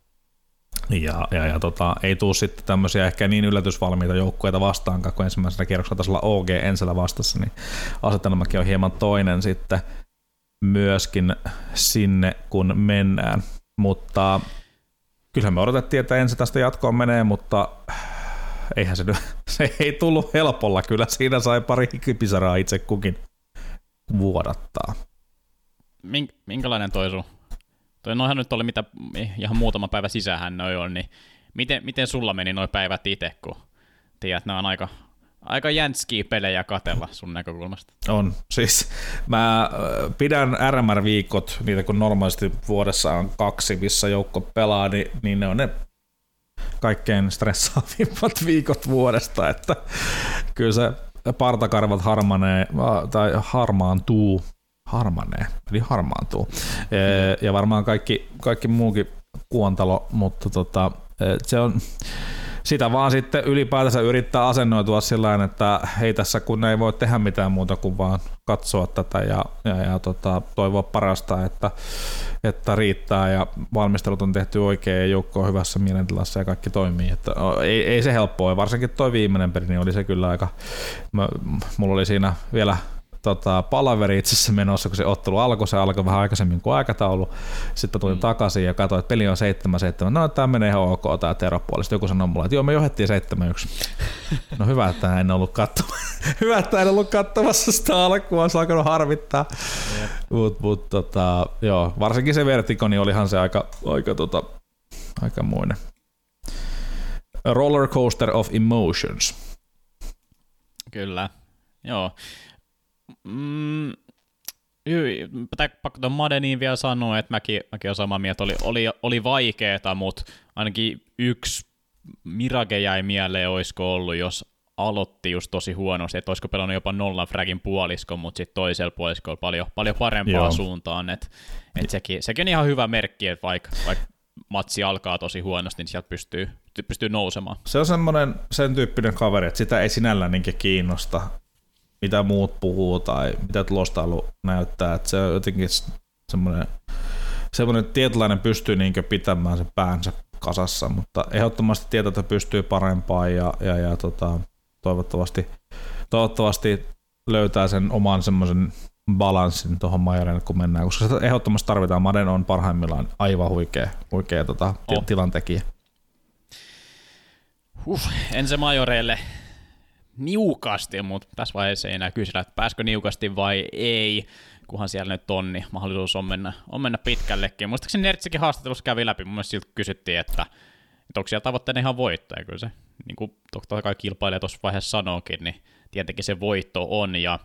Ja, ja, ja tota, ei tule sitten tämmöisiä ehkä niin yllätysvalmiita joukkueita vastaankaan, kun ensimmäisellä kierroksella taisi olla O G Ensellä vastassa, niin asetelmakin on hieman toinen sitten myöskin sinne, kun mennään. Mutta kyllähän me odotettiin, että Ensi tästä jatkoon menee, mutta eihän se, se ei tullut helpolla. Kyllä siinä sai pari hikipisaraa itse kukin vuodattaa. Mink, minkälainen toi sun? Toi noihan nyt oli mitä ihan muutama päivä sisähän noi on, niin miten, miten sulla meni noi päivät itse, kun tiedät, että nämä on aika, aika jäntskiä pelejä katella sun näkökulmasta? On, siis mä pidän R M R-viikot, niitä kun normaalisti vuodessa on kaksi, missä joukko pelaa, niin, niin ne on ne kaikkein stressaavimmat viikot vuodesta, että kyllä se partakarvat harmanee, tai harmaantuu, harmanee, eli harmaantuu. Ja varmaan kaikki, kaikki muukin kuontalo, mutta tota, se on sitä vaan sitten ylipäätänsä yrittää asennoitua sillä että ei tässä kun ei voi tehdä mitään muuta kuin vaan katsoa tätä ja, ja, ja tota, toivoa parasta, että, että riittää ja valmistelut on tehty oikein ja joukko on hyvässä mielentilassa ja kaikki toimii. Että, ei, ei se helppoa, varsinkin toi viimeinen peli, niin oli se kyllä aika, mä, mulla oli siinä vielä Tota, palaveri itse asiassa menossa, kun se ottelu alkoi, se alkoi vähän aikaisemmin kuin aikataulu. Sitten tulin mm. takaisin ja katsoin, että peli on seitsemän seitsemän. No, tämä menee ihan ok, tämä Tero-puoli. Sitten joku sanoi mulle, että joo, me johdettiin seitsemän yksi. No hyvä, että en ollut katsomassa. hyvä, että en ollut katsomassa sitä alkua, se on alkanut harvittaa. Mutta mut, tota, joo, varsinkin se vertikko, niin olihan se aika, aika, tota, aikamoinen. A roller coaster of emotions. Kyllä, joo. Mm, pitää pakko tuon Madeniin vielä sanoa, että mäkin, mäkin olen samaa mieltä, oli, oli, oli vaikeeta, mutta ainakin yksi mirage jäi mieleen, olisiko ollut, jos aloitti just tosi huonosti, että olisiko pelannut jopa nollan fragin puolisko, mutta sitten toisella puoliskolla paljon, paljon parempaa Joo. suuntaan, että et sekin, sekin on ihan hyvä merkki, että vaikka vaik matsi alkaa tosi huonosti, niin sieltä pystyy, pystyy nousemaan. Se on semmoinen sen tyyppinen kaveri, että sitä ei sinällään niinkin kiinnosta, mitä muut puhuu tai mitä tulostailu näyttää, että se on jotenkin semmoinen, semmoinen tietynlainen pystyy niinkö pitämään sen päänsä kasassa, mutta ehdottomasti tietää, että pystyy parempaan ja, ja, ja tota, toivottavasti, toivottavasti löytää sen oman semmoisen balanssin tuohon majorille, kun mennään, koska sitä ehdottomasti tarvitaan. Maden on parhaimmillaan aivan huikea, huikea tota, oh. tilantekijä. Huh, en se majoreille niukasti, mutta tässä vaiheessa ei enää kysellä, että pääskö niukasti vai ei, kunhan siellä nyt on, niin mahdollisuus on mennä, on mennä pitkällekin. Muistaakseni Nertsikin haastattelussa kävi läpi, mun mielestä siltä kysyttiin, että, että onko siellä tavoitteena ihan voitto, ja kyllä se, niin kuin totta kai kilpailija tuossa vaiheessa sanookin, niin tietenkin se voitto on, ja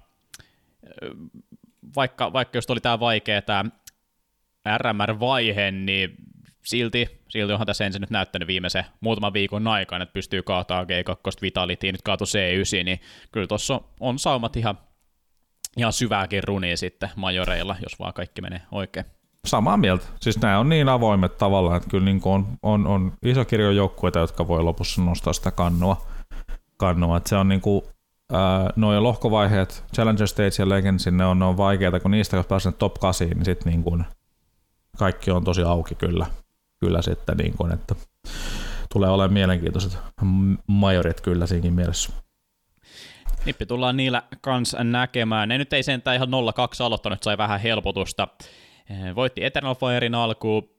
vaikka, vaikka jos oli tämä vaikea tämä R M R-vaihe, niin silti, silti onhan tässä ensin nyt näyttänyt viimeisen muutaman viikon aikana, että pystyy kaataa G kaksi Vitalitiin, nyt kaatu C yhdeksän, niin kyllä tuossa on saumat ihan, ihan syvääkin runia sitten majoreilla, jos vaan kaikki menee oikein. Samaa mieltä. Siis nämä on niin avoimet tavallaan, että kyllä niin on, on, on iso kirjo joukkueita, jotka voi lopussa nostaa sitä kannua. kannua. Että se on niin kuin, ää, nuo lohkovaiheet, Challenger Stage ja Legends, ne on, ne on vaikeita, kun niistä jos pääsee top kahdeksan, niin sitten niin kuin kaikki on tosi auki kyllä. Kyllä sitten, niin kuin, että tulee olemaan mielenkiintoiset majorit kyllä siinäkin mielessä. Nippi tullaan niillä kanssa näkemään. Ne nyt ei sentään ihan nolla kaksi aloittanut, sai vähän helpotusta. Voitti Eternal Firen alkuun.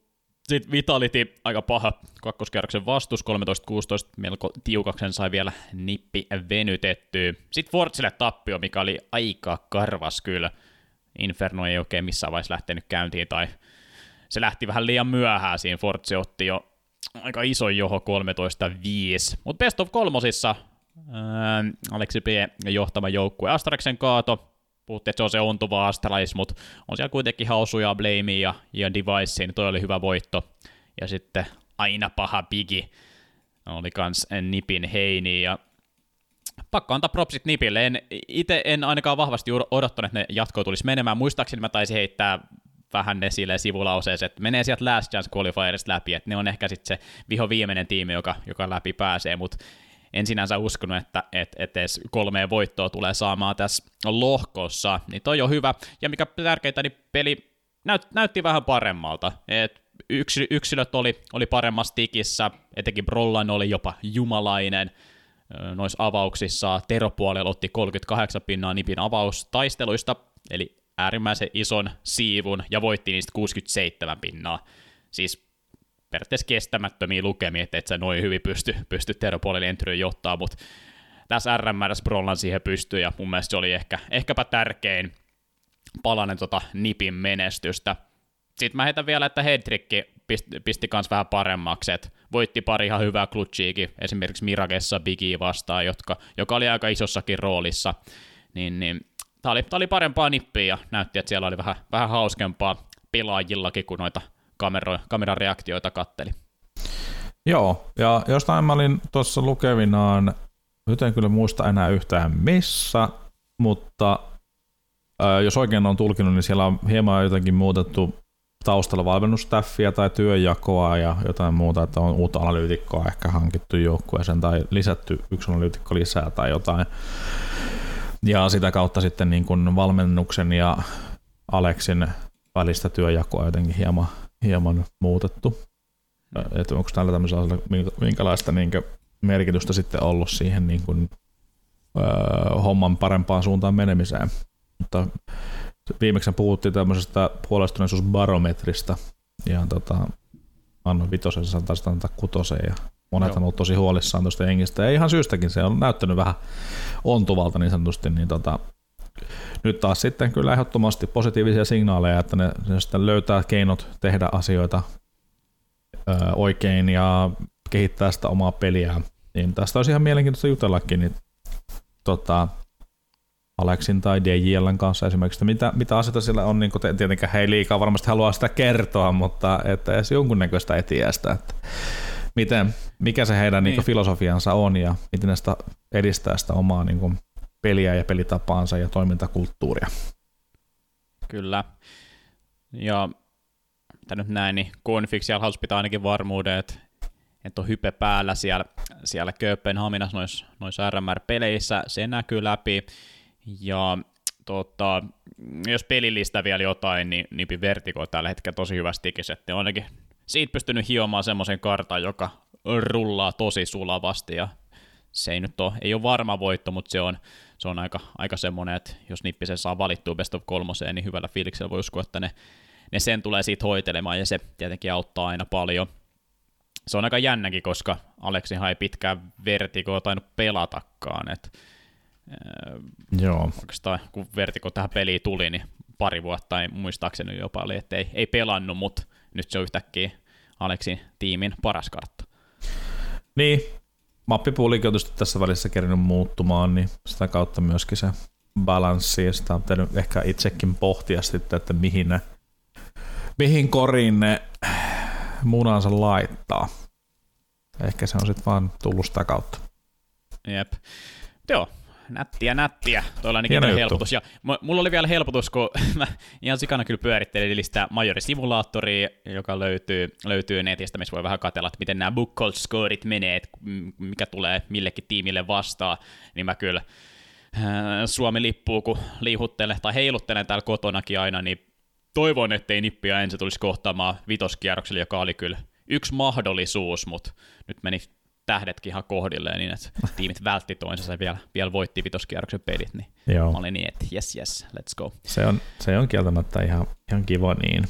Sitten Vitality, aika paha kakkoskierroksen vastus, kolmetoista kuusitoista, melko tiukaksen sai vielä nippi venytettyä. Sitten Fortsille tappio, mikä oli aika karvas kyllä. Inferno ei oikein missään vaiheessa lähtenyt käyntiin, tai se lähti vähän liian myöhään siinä. Fortsi otti jo aika iso joho kolmetoista viisi. Mutta best of kolmosissa ää, Aleksi P. johtama joukkue. Astraxen kaato. Puhuttiin, että se on se ontuva Astralis, mutta on siellä kuitenkin Hausuja, Blamea ja, ja Device, niin toi oli hyvä voitto. Ja sitten aina paha Bigi oli kans Nipin heini, ja pakko antaa propsit Nipille. En, itse en ainakaan vahvasti odottanut, että ne jatkoon tulisi menemään. Muistaakseni mä taisin heittää vähän ne silleen sivulauseeseen, että menee sieltä Last Chance Qualifierista läpi, että ne on ehkä sitten se viho viimeinen tiimi, joka, joka läpi pääsee, mutta en sinänsä uskonut, että et, et edes kolmea voittoa tulee saamaan tässä lohkossa, niin toi on hyvä. Ja mikä tärkeintä, niin peli näyt, näytti vähän paremmalta. Et yks, yksilöt oli, oli paremmassa tikissä, etenkin Brollan oli jopa jumalainen noissa avauksissa. Teropuolella otti kolmekymmentäkahdeksan pinnaa Nipin avaustaisteluista, eli äärimmäisen ison siivun, ja voitti niistä kuusikymmentäseitsemän pinnaa. Siis periaatteessa kestämättömiä lukemia, että et sä noin hyvin pysty, pysty Teropuolelle entryyn johtaa, mutta tässä R M R:ssä Brollan siihen pystyi, ja mun mielestä se oli ehkä, ehkäpä tärkein palanen tota Nipin menestystä. Sitten mä heitän vielä, että Hedrikki pisti, pisti kans vähän paremmaksi, että voitti pari ihan hyvää klutsiikin, esimerkiksi Miragessa Bigia vastaan, jotka, joka oli aika isossakin roolissa, niin, niin tää oli, tää oli parempaa Nippiä, ja näytti, että siellä oli vähän, vähän hauskempaa pelaajillakin, kun noita kamero, kameran reaktioita katteli. Joo, ja jostain mä olin tuossa lukevinaan, nyt en kyllä muista enää yhtään missä, mutta ää, jos oikein on tulkinut, niin siellä on hieman jotenkin muutettu taustalla valmennustaffia tai työnjakoa ja jotain muuta, että on uutta analyytikkoa ehkä hankittu joukkueeseen tai lisätty yksi analyytikko lisää tai jotain. Ja sitä kautta sitten niin kuin valmennuksen ja Aleksin välistä työnjakoa jotenkin hieman, hieman muutettu. Että onko tällä tämmöisellä minkälaista niin kuin merkitystä sitten ollut siihen niin kuin, öö, homman parempaan suuntaan menemiseen. Mutta viimeksi puhuttiin tämmöisestä huolestuneisuusbarometrista ja tota, annoin vitosen, se taisi antaa kutosen ja monet on ollut tosi huolissaan tuosta jengistä. Ja ihan syystäkin se on näyttänyt vähän ontuvalta niin sanotusti, niin tota, nyt taas sitten kyllä ehdottomasti positiivisia signaaleja, että ne, ne sitten löytää keinot tehdä asioita ö, oikein ja kehittää sitä omaa peliään. Niin tästä olisi ihan mielenkiintoista jutellakin niin, tota, Aleksin tai D J L:n kanssa esimerkiksi, että mitä, mitä asioita siellä on, niin tietenkään he ei liikaa varmasti halua sitä kertoa, mutta että edes jonkunnäköistä etiästä, että miten, mikä se heidän niin. Niin filosofiansa on ja miten ne sitä edistää sitä omaa niin kuin peliä ja pelitapaansa ja toimintakulttuuria. Kyllä. Ja mitä nyt näin, niin Config siellä halusi pitää ainakin varmuuden, että, että on hype päällä siellä, siellä Kööpenhaminassa noissa nois R M R-peleissä, se näkyy läpi. Ja tota, jos pelillistä vielä jotain, niin Nipin Vertigo on tällä hetkellä tosi hyvä stikis, että on ainakin siitä pystynyt hiomaan semmoisen kartan, joka rullaa tosi sulavasti, ja se ei nyt ole, ei ole varma voitto, mutta se on, se on aika, aika semmoinen, että jos Nippi sen saa valittua best of kolmoseen, niin hyvällä fiiliksellä voi uskoa, että ne, ne sen tulee siitä hoitelemaan, ja se tietenkin auttaa aina paljon. Se on aika jännäkin, koska Aleksihan ei pitkään Vertigoa tainnut pelatakaan, että Joo. Oikeastaan kun Vertigo tähän peliin tuli, niin pari vuotta ei muistaakseni jopa oli, että ei, ei pelannut, mutta nyt se on yhtäkkiä Aleksin tiimin paras kartta. Niin, mappipuulikin on tietysti tässä välissä kerinyt muuttumaan, niin sitä kautta myöskin se balanssi, ja sitä on pitänyt ehkä itsekin pohtia sitten, että mihin, ne, mihin koriin ne munansa laittaa. Ehkä se on sitten vaan tullut sitä kautta. Jep. Joo. Nättiä, nättiä. Toi oli ainakin helpotus. Ja mulla oli vielä helpotus, kun mä ihan sikana kyllä pyörittelin sitä Majori-simulaattoria, joka löytyy, löytyy netistä, missä voi vähän katsella, että miten nämä book call scoret menee, että mikä tulee millekin tiimille vastaan. Niin mä kyllä äh, Suomi-lippuu, kun liihuttelen tai heiluttelen täällä kotonakin aina, niin toivon, ettei Nippiä ensin tulisi kohtaamaan vitoskierroksella, joka oli kyllä yksi mahdollisuus, mutta nyt meni tähdetkin ihan kohdilleen niin, että tiimit vältti toisensa ja vielä, vielä voitti vitoskierroksen pelit, niin Joo. Mä olin niin, että yes, yes, let's go. Se on, se on kieltämättä ihan, ihan kiva niin.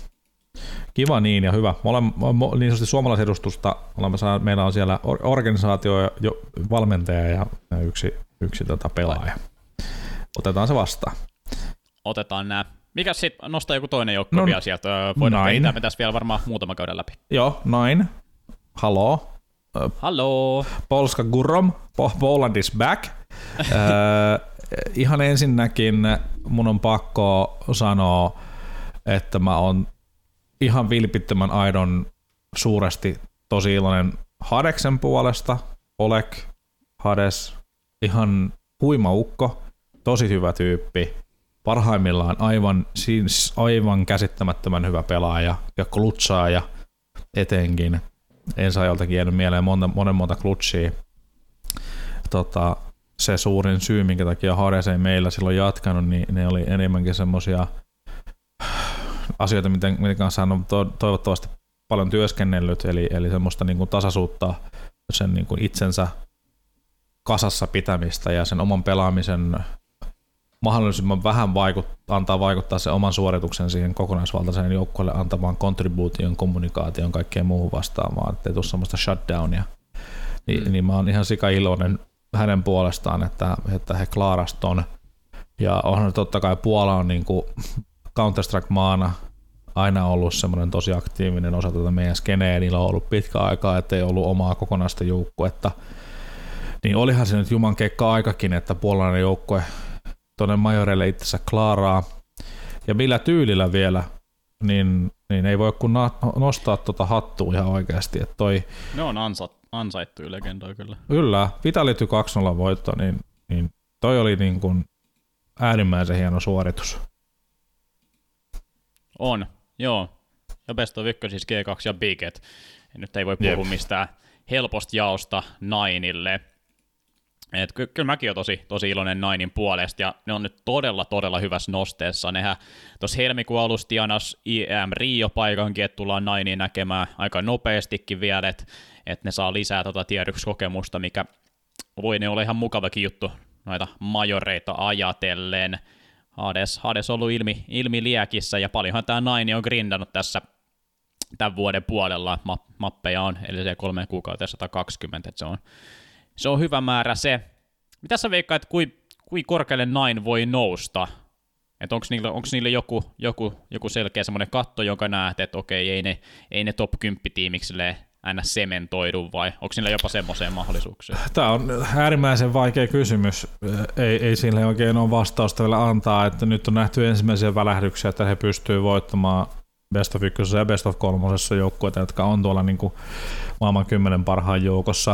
Kiva niin ja hyvä. Olemme, niin sanotusti suomalaisedustusta, olemme saa, meillä on siellä organisaatio, jo, valmentaja ja yksi, yksi tota pelaaja. Otetaan se vastaan. Otetaan nämä. Mikäs sitten nostaa joku toinen joukko no, vielä sieltä? Voidaan kehittää me tässä vielä varmaan muutama kauden läpi. Joo, noin. Haloo. Haloo. Polska Gurom. Poland is back. uh, ihan ensinnäkin mun on pakko sanoa, että mä oon ihan vilpittömän aidon suuresti tosi iloinen Hadeksen puolesta. Oleg Hades, ihan huima ukko, tosi hyvä tyyppi. Parhaimmillaan aivan, siis aivan käsittämättömän hyvä pelaaja ja klutsaaja etenkin. Ensaajaltakin jäänyt mieleen monta, monen monta klutsia. Tota, se suurin syy, minkä takia Hades ei meillä silloin jatkanut, niin ne oli enemmänkin semmosia asioita, miten, miten kanssa hän on to, toivottavasti paljon työskennellyt, eli, eli semmoista niin kuin tasaisuutta, sen niin kuin itsensä kasassa pitämistä ja sen oman pelaamisen mahdollisimman vähän vaikut, antaa vaikuttaa sen oman suorituksen siihen kokonaisvaltaiseen joukkueelle antavaan kontribuution, kommunikaation, kaikkeen muuhun vastaavaan, ettei tule semmoista shutdownia. Ni, mm. Niin mä oon ihan sika iloinen hänen puolestaan, että, että he klaarasi ton. Ja onhan totta kai Puola on niinku Counter-Strike-maana aina ollut semmoinen tosi aktiivinen osa tätä meidän skeneä, niillä on ollut pitkä aikaa, ettei ollut omaa kokonaista joukkuetta. Niin olihan se nyt juman keikka aikakin, että puolalainen joukkue tuonne majoreille itsensä klaaraa. Ja millä tyylillä vielä, niin, niin ei voi kun nostaa tuota hattua ihan oikeasti. Että toi, ne on ansat, ansaittuja legendoja kyllä. Kyllä, Vitality kaksi nolla voitto, niin, niin toi oli niin kuin äärimmäisen hieno suoritus. On, joo. Ja Best of yksi siis G kaksi ja Big, et nyt ei voi puhua Jep. mistään helposta jaosta Nainille. Et ky- kyllä mäkin olen tosi, tosi iloinen Nainin puolesta, ja ne on nyt todella, todella hyvässä nosteessa. Nehän tuossa helmikuun alussa tienas I E M Rio-paikankin, että tullaan Nainiin näkemään aika nopeastikin vielä, että et ne saa lisää tota tiedotuskokemusta, mikä voi ne olla ihan mukavakin juttu noita majoreita ajatellen. Hades, Hades on ollut ilmi, ilmi liekissä, ja paljonhan tämä Naini on grindannut tässä tämän vuoden puolella. Mappeja on, eli se kolmeen kuukauteen sata kaksikymmentä, että se on Se on hyvä määrä se. Mitä sä veikkaat, että kui, kui korkealle Nine voi nousta? Että onko niillä, onko niillä joku, joku, joku selkeä semmoinen katto, jonka näet, että okei, ei ne, ei ne top kymmenen tiimikselle aina sementoidu, vai onko niillä jopa semmoiseen mahdollisuuksia? Tämä on äärimmäisen vaikea kysymys. Ei, ei sille oikein ole vastausta vielä antaa, että nyt on nähty ensimmäisiä välähdyksiä, että he pystyvät voittamaan Best of ykkösessä ja Best of kolmosessa joukkueita, jotka on tuolla niin kuin maailman kymmenen parhaan joukossa.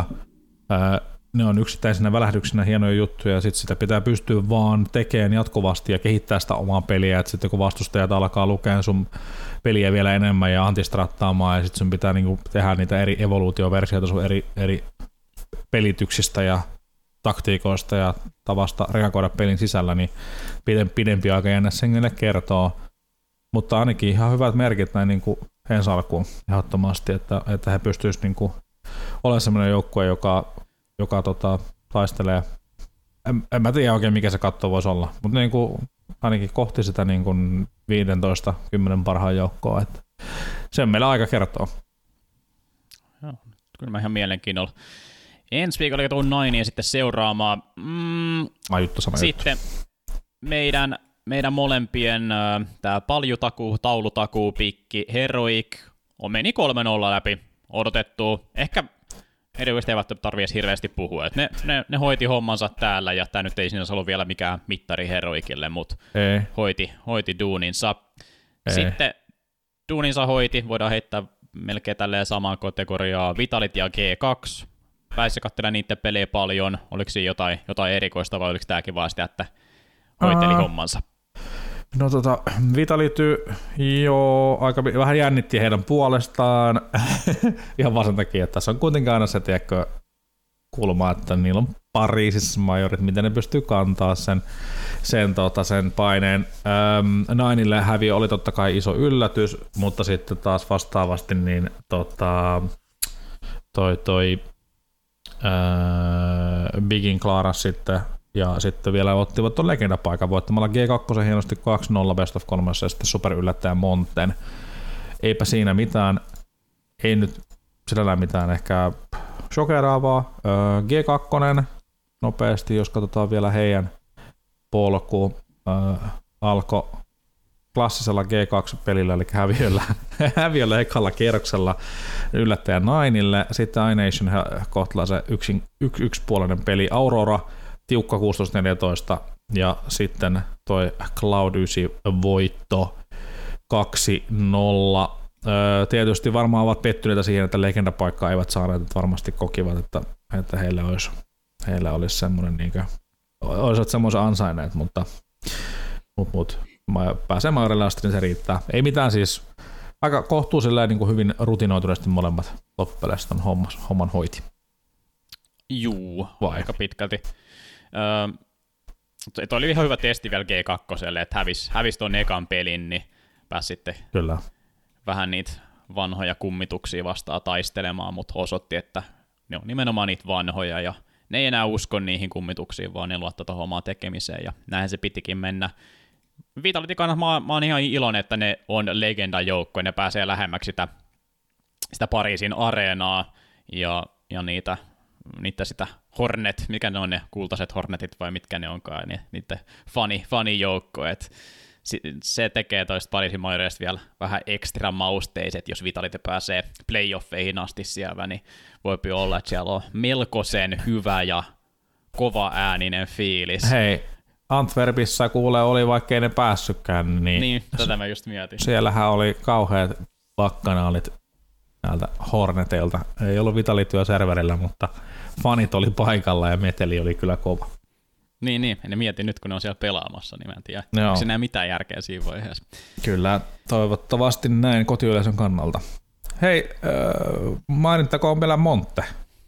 Ne on yksittäisenä välähdyksenä hienoja juttuja, ja sitten sitä pitää pystyä vaan tekemään jatkuvasti ja kehittää sitä omaa peliä, että sitten kun vastustajat alkaa lukea sun peliä vielä enemmän ja antistrattaamaan, ja sitten sun pitää niinku tehdä niitä eri evoluutioversioita sun eri, eri pelityksistä ja taktiikoista ja tavasta reagoida pelin sisällä, niin pidempi aika jännä sen kertoo. Mutta ainakin ihan hyvät merkit näin niinku ensi alkuun ehdottomasti, että, että he pystyisivät niinku olemaan sellainen joukkue, joka, joka tota, taistelee. En, en mä tiedä oikein mikä se katto voisi olla, mutta niinku, ainakin kohti sitä niinku viisitoista kymmenen parhaan joukkoa. Että sen meillä aika kertoo. Joo, kyllä mä ihan mielenkiinnolla. Ensi viikolla tuun Nainia sitten seuraamaan. Mm, mä juttu, sama sitten juttu. meidän Meidän molempien äh, tämä paljutakuu, taulutakuu, pikki, Heroic on meni kolme nolla läpi. Odotettu. Ehkä Heroicista ei välttämättä tarvitse hirveästi puhua. Et ne, ne, ne hoiti hommansa täällä, ja tämä nyt ei sinänsä ollut vielä mikään mittari Heroicille, mutta hoiti, hoiti duuninsa. Ei. Sitten duuninsa hoiti, voidaan heittää melkein tälleen samaan kategoriaan Vitality ja G kaksi. Pääsi katselemaan niiden pelejä paljon. Oliko siinä jotain, jotain erikoista, vai oliko tämäkin vaan sitä, että hoiteli Aa. hommansa? No tota, Vitality, joo, aika vähän jännitti heidän puolestaan. Ihan vaan sen takia, että tässä on kuitenkin aina se, tiedätkö, kulma, että niillä on Pariisissa majorit, miten ne pystyy kantaa sen, sen, tota, sen paineen. Ähm, Nainille häviö oli totta kai iso yllätys, mutta sitten taas vastaavasti niin tota, toi, toi äh, Bigin klaaras sitten. Ja sitten vielä ottivat tuon legendapaikan voittamalla G kaksi hienosti kaksi nolla Best of kolme ja sitten super yllättäjän Monten. eipä siinä mitään, ei nyt sillä mitään ehkä shokeraavaa. G kaksi nopeasti, jos katsotaan vielä heidän polku, alkoi klassisella G kaksi-pelillä, eli häviöllä, häviöllä ekalla kierroksella yllättäjän Nainille. Sitten iNation kohtlaa se yksin, yks, yksipuolinen peli Aurora, tiukka kuusitoista neljätoista, ja sitten toi Cloud yhdeksän voitto kaksi nolla. Öö, tietysti varmaan ovat pettyneitä siihen, että legendapaikkaa eivät saaneet, että varmasti kokivat, että, että heillä olisi, heillä olisi semmoinen, niin kuin, olisivat semmoisen ansainneet, mutta mut, mut, pääsee Majorelle asti, niin se riittää. Ei mitään siis, aika kohtuusilleen niin kuin hyvin rutinoituneesti molemmat loppupeleissä ton homman, homman hoiti. Juu, vai? Aika pitkälti. Öö, toi oli ihan hyvä testi vielä G kaksi, että hävisi hävis ton ekan pelin, niin pääsi sitten Kyllä. vähän niitä vanhoja kummituksia vastaan taistelemaan, mutta osoitti, että ne on nimenomaan niitä vanhoja, ja ne ei enää usko niihin kummituksiin, vaan ne luottaa tuohon omaan tekemiseen, ja näin se pitikin mennä. Vitality kannalta mä, mä oon ihan iloinen, että ne on legendajoukko, ja ne pääsee lähemmäksi sitä, sitä Pariisin areenaa, ja, ja niitä, niitä sitä Hornet, mikä ne on ne kultaiset Hornetit, vai mitkä ne onkaan, ne, niitä fani, fanijoukko, että se tekee toista Pariisin Majoreista vielä vähän ekstra mausteiset, jos Vitality pääsee playoffeihin asti siellä, niin voipi olla, että siellä on melkoisen hyvä ja kova ääninen fiilis. Hei, Antwerpissa kuulee oli, vaikkei ne päässytkään, niin, niin tätä mä just mietin. Siellähän oli kauheat bakkanaalit näiltä Horneteilta. Ei ollut Vitalityä serverillä, mutta fanit oli paikalla ja meteli oli kyllä kova. Niin, niin. En mieti nyt, kun ne on siellä pelaamassa, niin mä en tiedä. Onko se enää mitään järkeä siinä vaiheessa? Kyllä, toivottavasti näin kotiyleisön kannalta. Hei, äh, mainittakoon vielä Monte.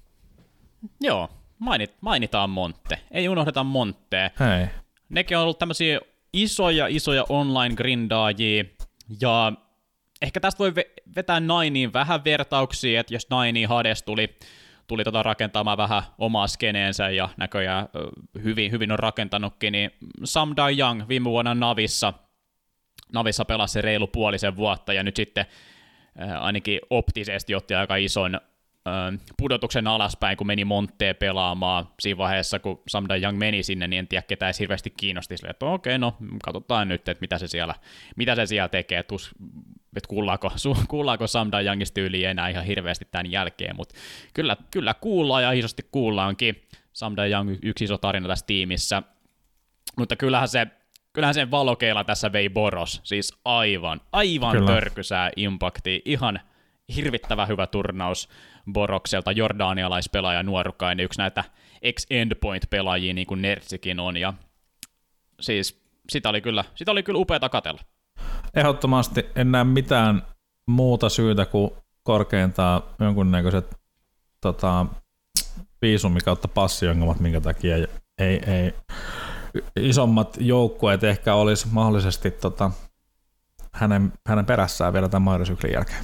Joo, mainit, mainitaan Monte. Ei unohdeta Montea. Hei. Nekin on ollut tämmöisiä isoja, isoja online-grindaajia, ja ehkä tästä voi vetää Nainiin vähän vertauksia, että jos Nainiin Hades tuli tuli tota rakentamaan vähän omaa skeneensä ja näköjään hyvin, hyvin on rakentanutkin, niin Sam Dai Young viime vuonna Navissa, Navissa pelasi se reilu puolisen vuotta ja nyt sitten äh, ainakin optisesti otti aika ison äh, pudotuksen alaspäin, kun meni Monteen pelaamaan. Siinä vaiheessa, kun Sam Dai Young meni sinne, niin en tiedä ketään edes hirveästi kiinnosti sille, että okei, no katsotaan nyt, että mitä se siellä, mitä se siellä tekee, että että kuullaanko, kuullaanko Sam Dai Youngista tyyliin enää ihan hirveästi tämän jälkeen, mutta kyllä, kyllä kuullaan ja isosti kuullaankin. Sam Dai Young yksi iso tarina tässä tiimissä, mutta kyllähän se, kyllähän sen valokeila tässä vei Boros, siis aivan, aivan kyllä. Törkysää impaktia, ihan hirvittävä hyvä turnaus Borokselta, jordanialaispelaaja nuorukainen, yksi näitä ex-endpoint-pelaajia niin kuin Nertsikin on, ja siis sitä oli kyllä, sitä oli kyllä upeata katsella. Ehdottomasti en näe mitään muuta syytä kuin korkeintaan jonkunnäköiset tota, viisumi kautta passiongelmat, minkä takia ei, ei isommat joukkueet ehkä olisi mahdollisesti tota, hänen, hänen perässään vielä tämän mahdollisuuksien jälkeen.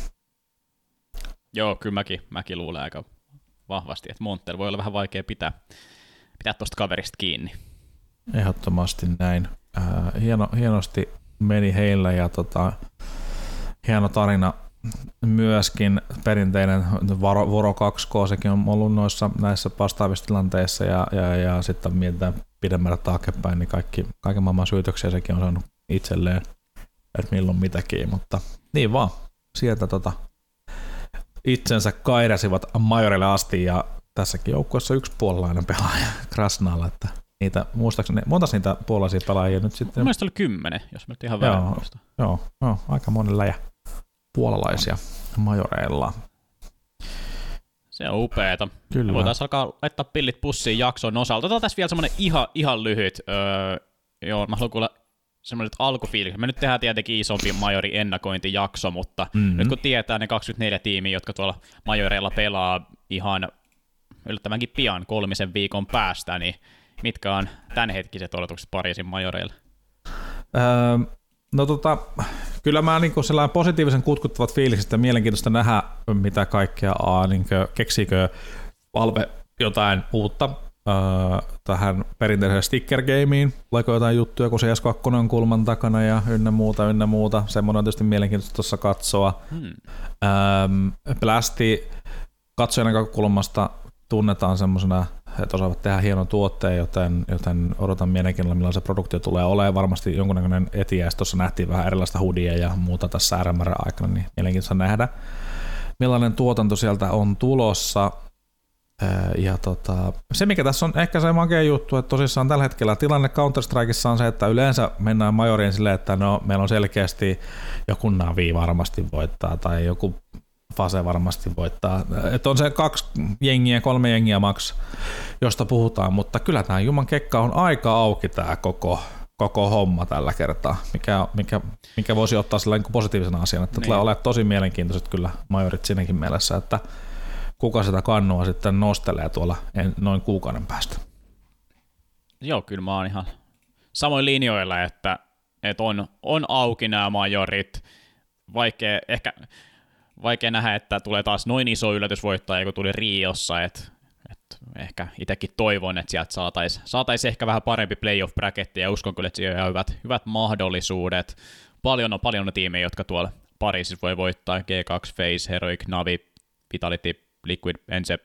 Joo, kyllä mäkin, mäkin luulen aika vahvasti, että Montel voi olla vähän vaikea pitää, pitää tuosta kaverista kiinni. Ehdottomasti näin. Äh, hieno, hienosti meni heillä ja tota, hieno tarina myöskin, perinteinen Voro, Voro kaksi K, sekin on ollut noissa näissä vastaavissa tilanteissa ja, ja, ja sitten mietitään pidemmällä taaksepäin, niin kaikki, kaiken maailman syytöksiä sekin on saanut itselleen, että milloin mitäkin, mutta niin vaan, sieltä tota, itsensä kairasivat Majorille asti ja tässäkin joukkueessa yksi puolalainen pelaaja Krasnalla, että niitä, muistaakseni, montas niitä puolalaisia pelaajia nyt sitten? Mielestäni oli kymmenen, jos mä nyt ihan väärin muistan. Joo, joo, aika monen läjä puolalaisia Majoreilla. Se on upeeta. Kyllä. Voitaisiin alkaa laittaa pillit pussiin jakson osalta. Otetaan tässä vielä semmoinen ihan, ihan lyhyt. Öö, joo, mä haluan kuulla semmoinen alkufiilis. Me nyt tehdään tietenkin isompi Majori ennakointijakso, mutta mm-hmm. nyt kun tietää ne kaksikymmentäneljä tiimiä, jotka tuolla Majoreilla pelaa ihan yllättävänkin pian kolmisen viikon päästä, niin mitkä on tämänhetkiset odotukset Pariisin Majoreilla? Öö, no tota, kyllä mä niin sellainen positiivisen kutkuttavat fiilikset ja mielenkiintoista nähdä, mitä kaikkea A, niin keksiikö Valve jotain uutta. öö, tähän perinteiseen sticker-gameen, Lego jotain juttuja, kun C S kaksi on kulman takana ja ynnä muuta, ynnä muuta. Semmoinen on tietysti mielenkiintoista tuossa katsoa. Hmm. Öö, Blasti katsojan näkökulmasta tunnetaan semmoisena, että osaavat tehdä hienon tuotteen, joten, joten odotan mielenkiinnolla, milloin se produktio tulee olemaan. Varmasti jonkunnäköinen etiäis, tuossa nähtiin vähän erilaista hudia ja muuta tässä R M R-aikana, niin mielenkiintoista nähdä, millainen tuotanto sieltä on tulossa. Ja tota, se, mikä tässä on ehkä se makea juttu, että tosissaan tällä hetkellä tilanne Counter-Strikeissa on se, että yleensä mennään majoriin silleen, että no, meillä on selkeästi joku Navi varmasti voittaa tai joku Fase varmasti voittaa. Että on se kaksi jengiä, kolme jengiä maks, josta puhutaan, mutta kyllä tämä Juman kekka on aika auki tämä koko, koko homma tällä kertaa, mikä, mikä, mikä voisi ottaa sillä niin positiivisena asiana, että niin. Tulee olemaan tosi mielenkiintoiset kyllä majorit siinäkin mielessä, että kuka sitä kannua sitten nostelee tuolla noin kuukauden päästä. Joo, kyllä mä oon ihan samoin linjoilla, että, että on, on auki nämä majorit, vaikea ehkä vaikea nähdä, että tulee taas noin iso yllätysvoittaja, kun tuli Riossa, että, että ehkä itsekin toivon, että sieltä saataisiin saatais ehkä vähän parempi playoff-braketti, ja uskon kyllä, että siellä on ihan hyvät, hyvät mahdollisuudet. Paljon on paljon on tiimejä, jotka tuolla Pariisissa voi voittaa, G kaksi, FaZe, Heroic, Navi, Vitality, Liquid, Ense,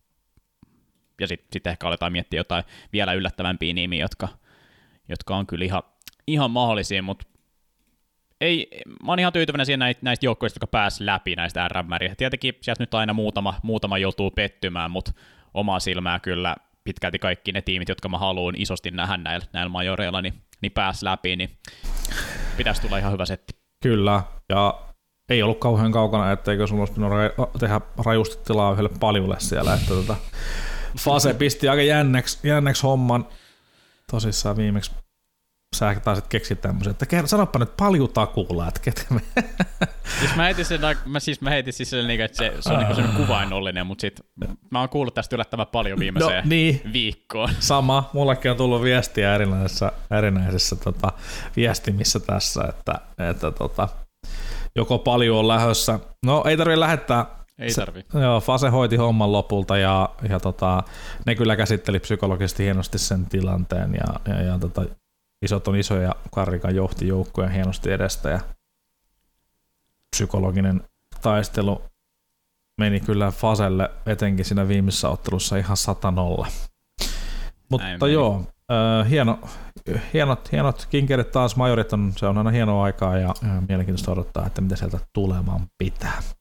ja sitten sit ehkä aletaan miettiä jotain vielä yllättävämpiä nimiä, jotka, jotka on kyllä ihan, ihan mahdollisia, mutta ei, mä oon ihan tyytyväinen siihen näistä, näistä joukkoista, jotka pääsi läpi näistä R M R. Tietenkin sieltä nyt aina muutama, muutama joutuu pettymään, mutta omaa silmää kyllä pitkälti kaikki ne tiimit, jotka mä haluan isosti nähdä näillä, näillä majoreilla, niin, niin pääsi läpi, niin pitäisi tulla ihan hyvä setti. Kyllä, ja ei ollut kauhean kaukana, etteikö sulla olisi pitänyt tehdä rajusti tilaa yhdelle paljulle siellä, että tota, Fase pisti aika jännäksi, jännäksi homman tosissaan viimeksi. Sä taisit keksiä tämmöisen, että sanoppa nyt paljutakuulla, että ketkä me... Siis mä heitin sen, mä, siis mä heitin siis sen, että se, se on niinku semmoinen kuvainnollinen, mutta sit mä oon kuullut tästä yllättävän paljon viimeiseen no, niin. viikkoon. Sama, mullekin on tullut viestiä erinäisessä, erinäisessä tota, viestimissä tässä, että, että tota, joko paljon on lähössä. No ei tarvitse lähettää. Ei tarvi. Se, joo, Fase hoiti homman lopulta ja, ja tota, ne kyllä käsitteli psykologisesti hienosti sen tilanteen ja, ja, ja tota, isot on isoja ja Karrikan johti joukkoja hienosti edestä ja psykologinen taistelu meni kyllä Faselle etenkin siinä viimeisessä ottelussa ihan sata nolla. Mutta joo, äh, hieno, hienot, hienot kinkerit taas, majorit on, se on aina hienoa aikaa ja äh, mielenkiintoista odottaa, että mitä sieltä tulemaan pitää.